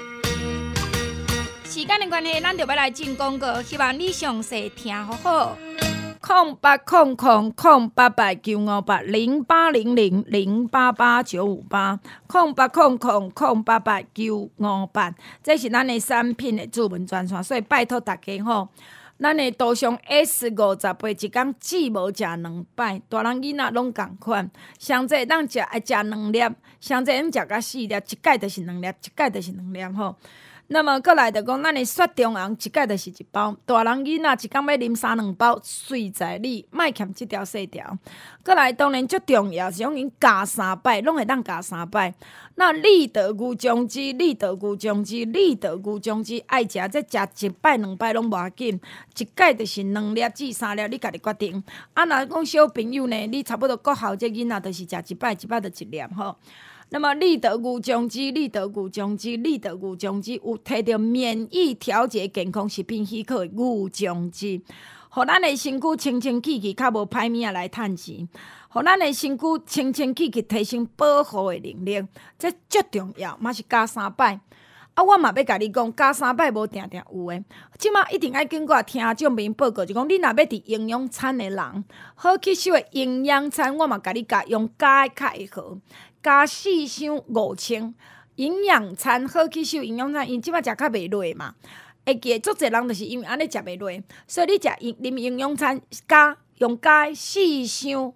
时间的关系，咱就要来进广告，希望你详细听好好。0800-088958，0800-088958，这是咱的产品的主文专线，所以拜托大家吼。咱的图上 S50杯，一天只无食2摆，大人囡仔拢共款。上济当食爱食2粒，上济咱食到4粒，一摆就是2粒，一摆就是2粒吼。那么，过来就讲，咱的雪中红一摆就是1包，大人囡仔一工要啉3-2包，随在你，莫欠这条细条。过来当然最重要是用因加3摆，拢会当加3摆。那立德牛姜汁，立德牛姜汁，立德牛姜汁，爱食这食1摆2摆拢无要紧，一摆就是2粒至3粒，你家己决定。啊，若讲小朋友呢，你差不多国校这囡仔就是食1摆1摆就1粒吼。那么立德牛姜汁，立德牛姜汁，立德牛姜汁有摕到免疫调节健康食品许可的牛姜汁，互咱的身躯清清气气，较无歹物仔来趁钱，互咱的身躯清清气气，提升保护的能力，这最重要，嘛是加3摆。啊，我嘛要甲你讲，加3摆无定定有诶。即马一定要经过听众朋友报告，就讲你若要伫营养餐的人，好吸收的营养餐，我嘛甲你教用加的较会好。加4箱5000营养餐，好吸收营养餐，因即摆食较袂落嘛。会记足侪人就是因为安尼食袂落，所以你食啉营养餐用加4箱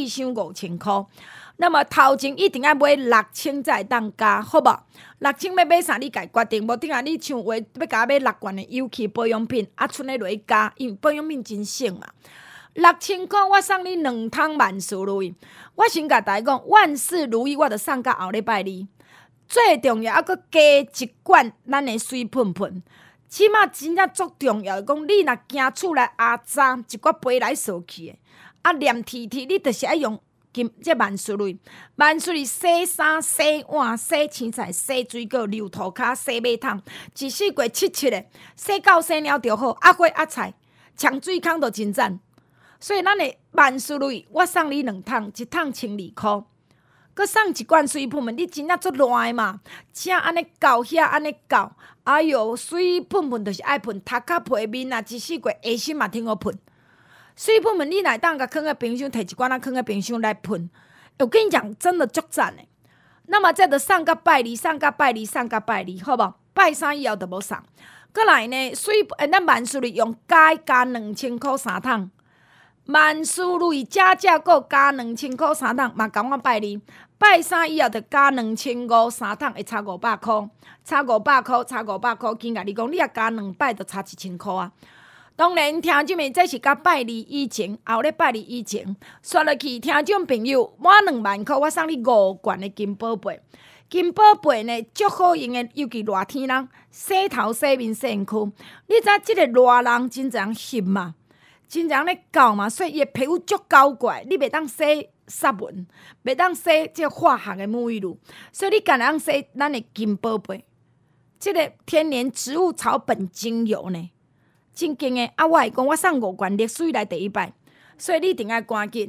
5000块。那么头前一定要买6000才会当加，好无？6000要买啥？你家决定。无等下你像话要甲我买6罐的有机保养品，啊，剩咧落去加，因为保养品真省嘛。6000块，我送你2桶万事如意。我先甲大家讲，万事如意，我就送到后礼拜2。最重要，还佫加1罐咱的水喷喷。即马真正足重要，讲你若惊厝内压渣，一罐杯来扫去的，啊黏贴贴，你就是爱用这万事如意。万事如意洗衫、洗碗、洗青菜、洗水果、溜涂骹、洗马桶，一四过7的，洗到洗了就好。啊花啊菜，呛水空就真赞。所以咱的万事如意，我送你2桶，1桶12块，佮送1罐水喷喷，你真正足烂的嘛？请安尼搞遐安尼搞，哎哟，水喷喷就是爱喷头壳皮面啊，一四过下身嘛挺好喷。水喷喷你来当甲放在冰箱，摕1罐放在冰箱来喷，我跟你讲，真的足赞的。那么这就送到拜2，送到拜2，送到拜2，好无？拜3以后就无送。过来呢，咱万事如意用加2000块3桶。万事如意加购加2000块3桶，嘛共我拜2，拜3以后就加2500 3桶，会差500块，差500块，紧甲你讲，你若加2摆就差1000块啊。当然，听众们这是甲拜2以前，后咧拜2以前，刷落去，听众朋友满2万块，我送你5罐的金宝贝。金宝贝呢，足好用的，尤其热天人洗头、洗面、洗身躯。你知即个热人真常翕嘛？ 真正咧搞嘛，所以伊的皮肤足高怪，你袂当洗杀蚊，袂当洗这化学的沐浴露，所以你敢当洗咱的金宝贝，这个天然植物草本精油呢，真经的。我会讲，我送5罐历史以来第1摆，所以你一定要赶紧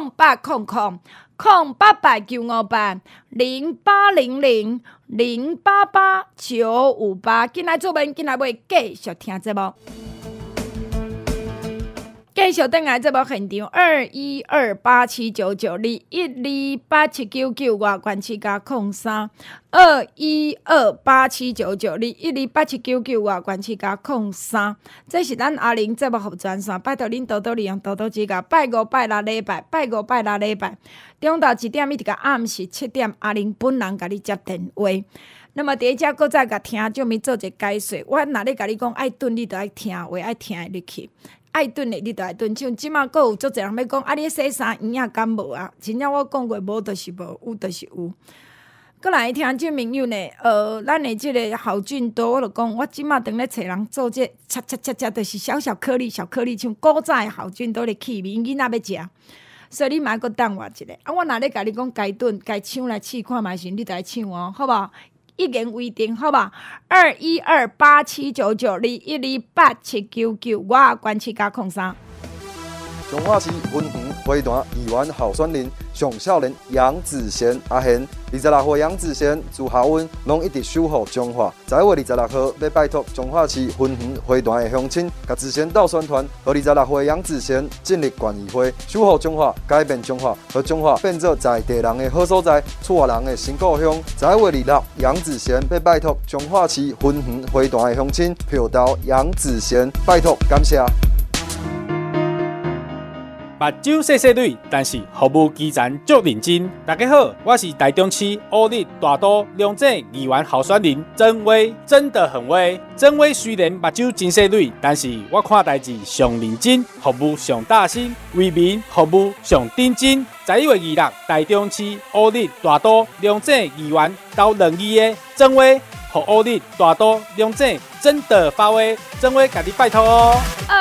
0800-0888-0800-088958，进来做门，进来买，继续听节目。继续等来节目现场，212879921287999外关市加03，212879921287999外关市加03，这是咱阿玲节目服专线，拜托恁多多利用，多多指教。拜5拜6礼拜，中昼1点一直到暗时7点，阿玲本人甲你接电话。那么第一只搁再甲听众们做一个解说，我若咧甲你讲爱炖，你就爱听话，爱听入去。爱炖的你就爱炖，像即马佫有足侪人要讲，你洗衫圆啊敢无啊？真正我讲过，无就是无，有就是有。佫来听众朋友呢，咱的即个好菌多，我就讲，我即马当咧找人做这切，就是小颗粒，像古早的好菌多咧气味，囡仔要食，所以你莫佫等我一下。我若咧甲你讲该炖，该抢来试看觅时，你就来抢哦，好无？一言为定，好吧？212879921287999，我关市加03。 彰化市文园花坛议员候选人上少年杨子贤阿贤，26岁杨子贤自校运拢一直守护彰化。10月26号要拜托彰化市文园花坛的乡亲，甲子贤斗宣传，和26岁杨子贤进入县议会，守护彰化，改变彰化，和彰化变作在地人的好所在，厝外人的新故乡。10月26，杨子贤要拜托彰化市文园花坛的乡亲，票投杨子贤，拜托感谢。 目睭细细蕊，但是服务基层足认真。大家好，我是台中市乌日大都龙井议员候选人曾威，真的很威。曾威虽然目睭真细蕊，但是我看代志上认真，服务上大心，为民服务上认真。11月26，台中市乌日大都龙井议员投2亿的曾威。互乌日大都龙井真的发威，曾威甲你拜托哦。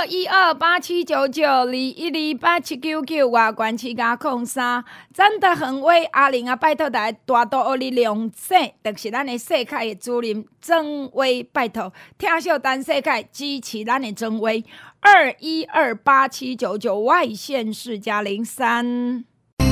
212879921287999外关市加03，真的很威。阿玲啊，拜托大家大都乌日龙井，就是咱的世凯的主任曾威，拜托听小单世凯支持咱的曾威。2128799外县市加03。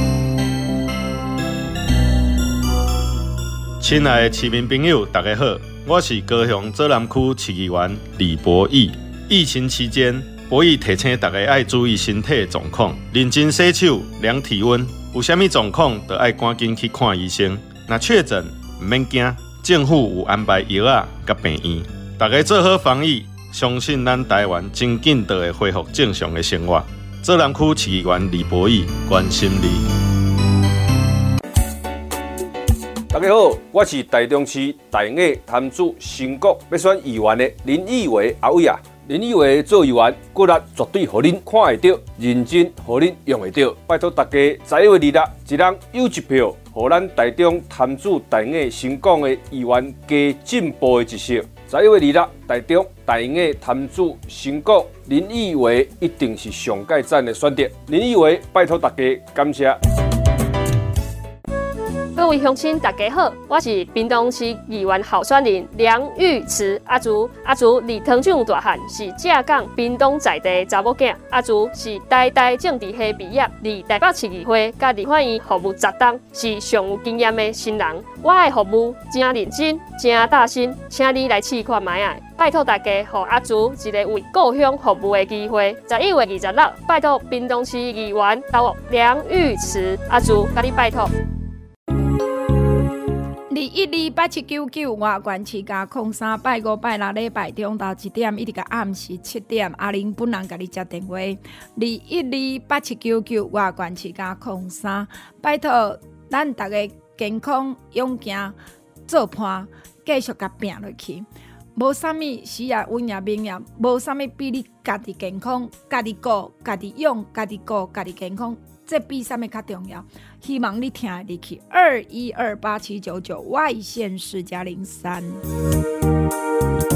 亲爱的市民朋友，大家好，我是高雄左南区市议员李博义。疫情期间，博义提醒大家爱注意身体状况，认真洗手、量体温，有啥物状况就爱赶紧去看医生。若确诊，唔免惊，政府有安排药仔甲病院。大家做好防疫，相信咱台湾真紧就会恢复正常的生活。左南区市议员李博义关心你。 大家好，我是台中市大雅潭子新国要选议员的林义伟阿伟啊。林义伟做议员，骨力绝对互恁看会到，认真互恁用会到。拜托大家11月26，一人有一票，互咱台中潭子大雅新港的议员加进步的一色。11月26，台中大雅潭子新港林义伟一定是上界赞的选择。林义伟，拜托大家，感谢。 各位乡亲，大家好，我是屏东市议员候选人梁玉慈阿竹。阿竹离汤厂大汉，是正港屏东在地查某囝。阿竹是代代政治系毕业，离台北市议会甲立法院服务10冬，是上有经验的新人。我的服务真认真，真大心，请你来试看卖啊！拜托大家，给阿竹一个为故乡服务的机会。11月26，拜托屏东市议员投梁玉慈阿竹，甲你拜托。 2128799外关市加03，拜5拜6礼拜中昼1点一直到暗时7点，阿玲本人甲你接电话。2128799外关市加03，拜托咱大家健康勇健做伴，继续甲拼落去。无啥物死也稳也命也，无啥物比你家己健康、家己顾、家己用、家己顾、家己健康。这比啥物较重要？希望你听得入去。2128799外县市加03。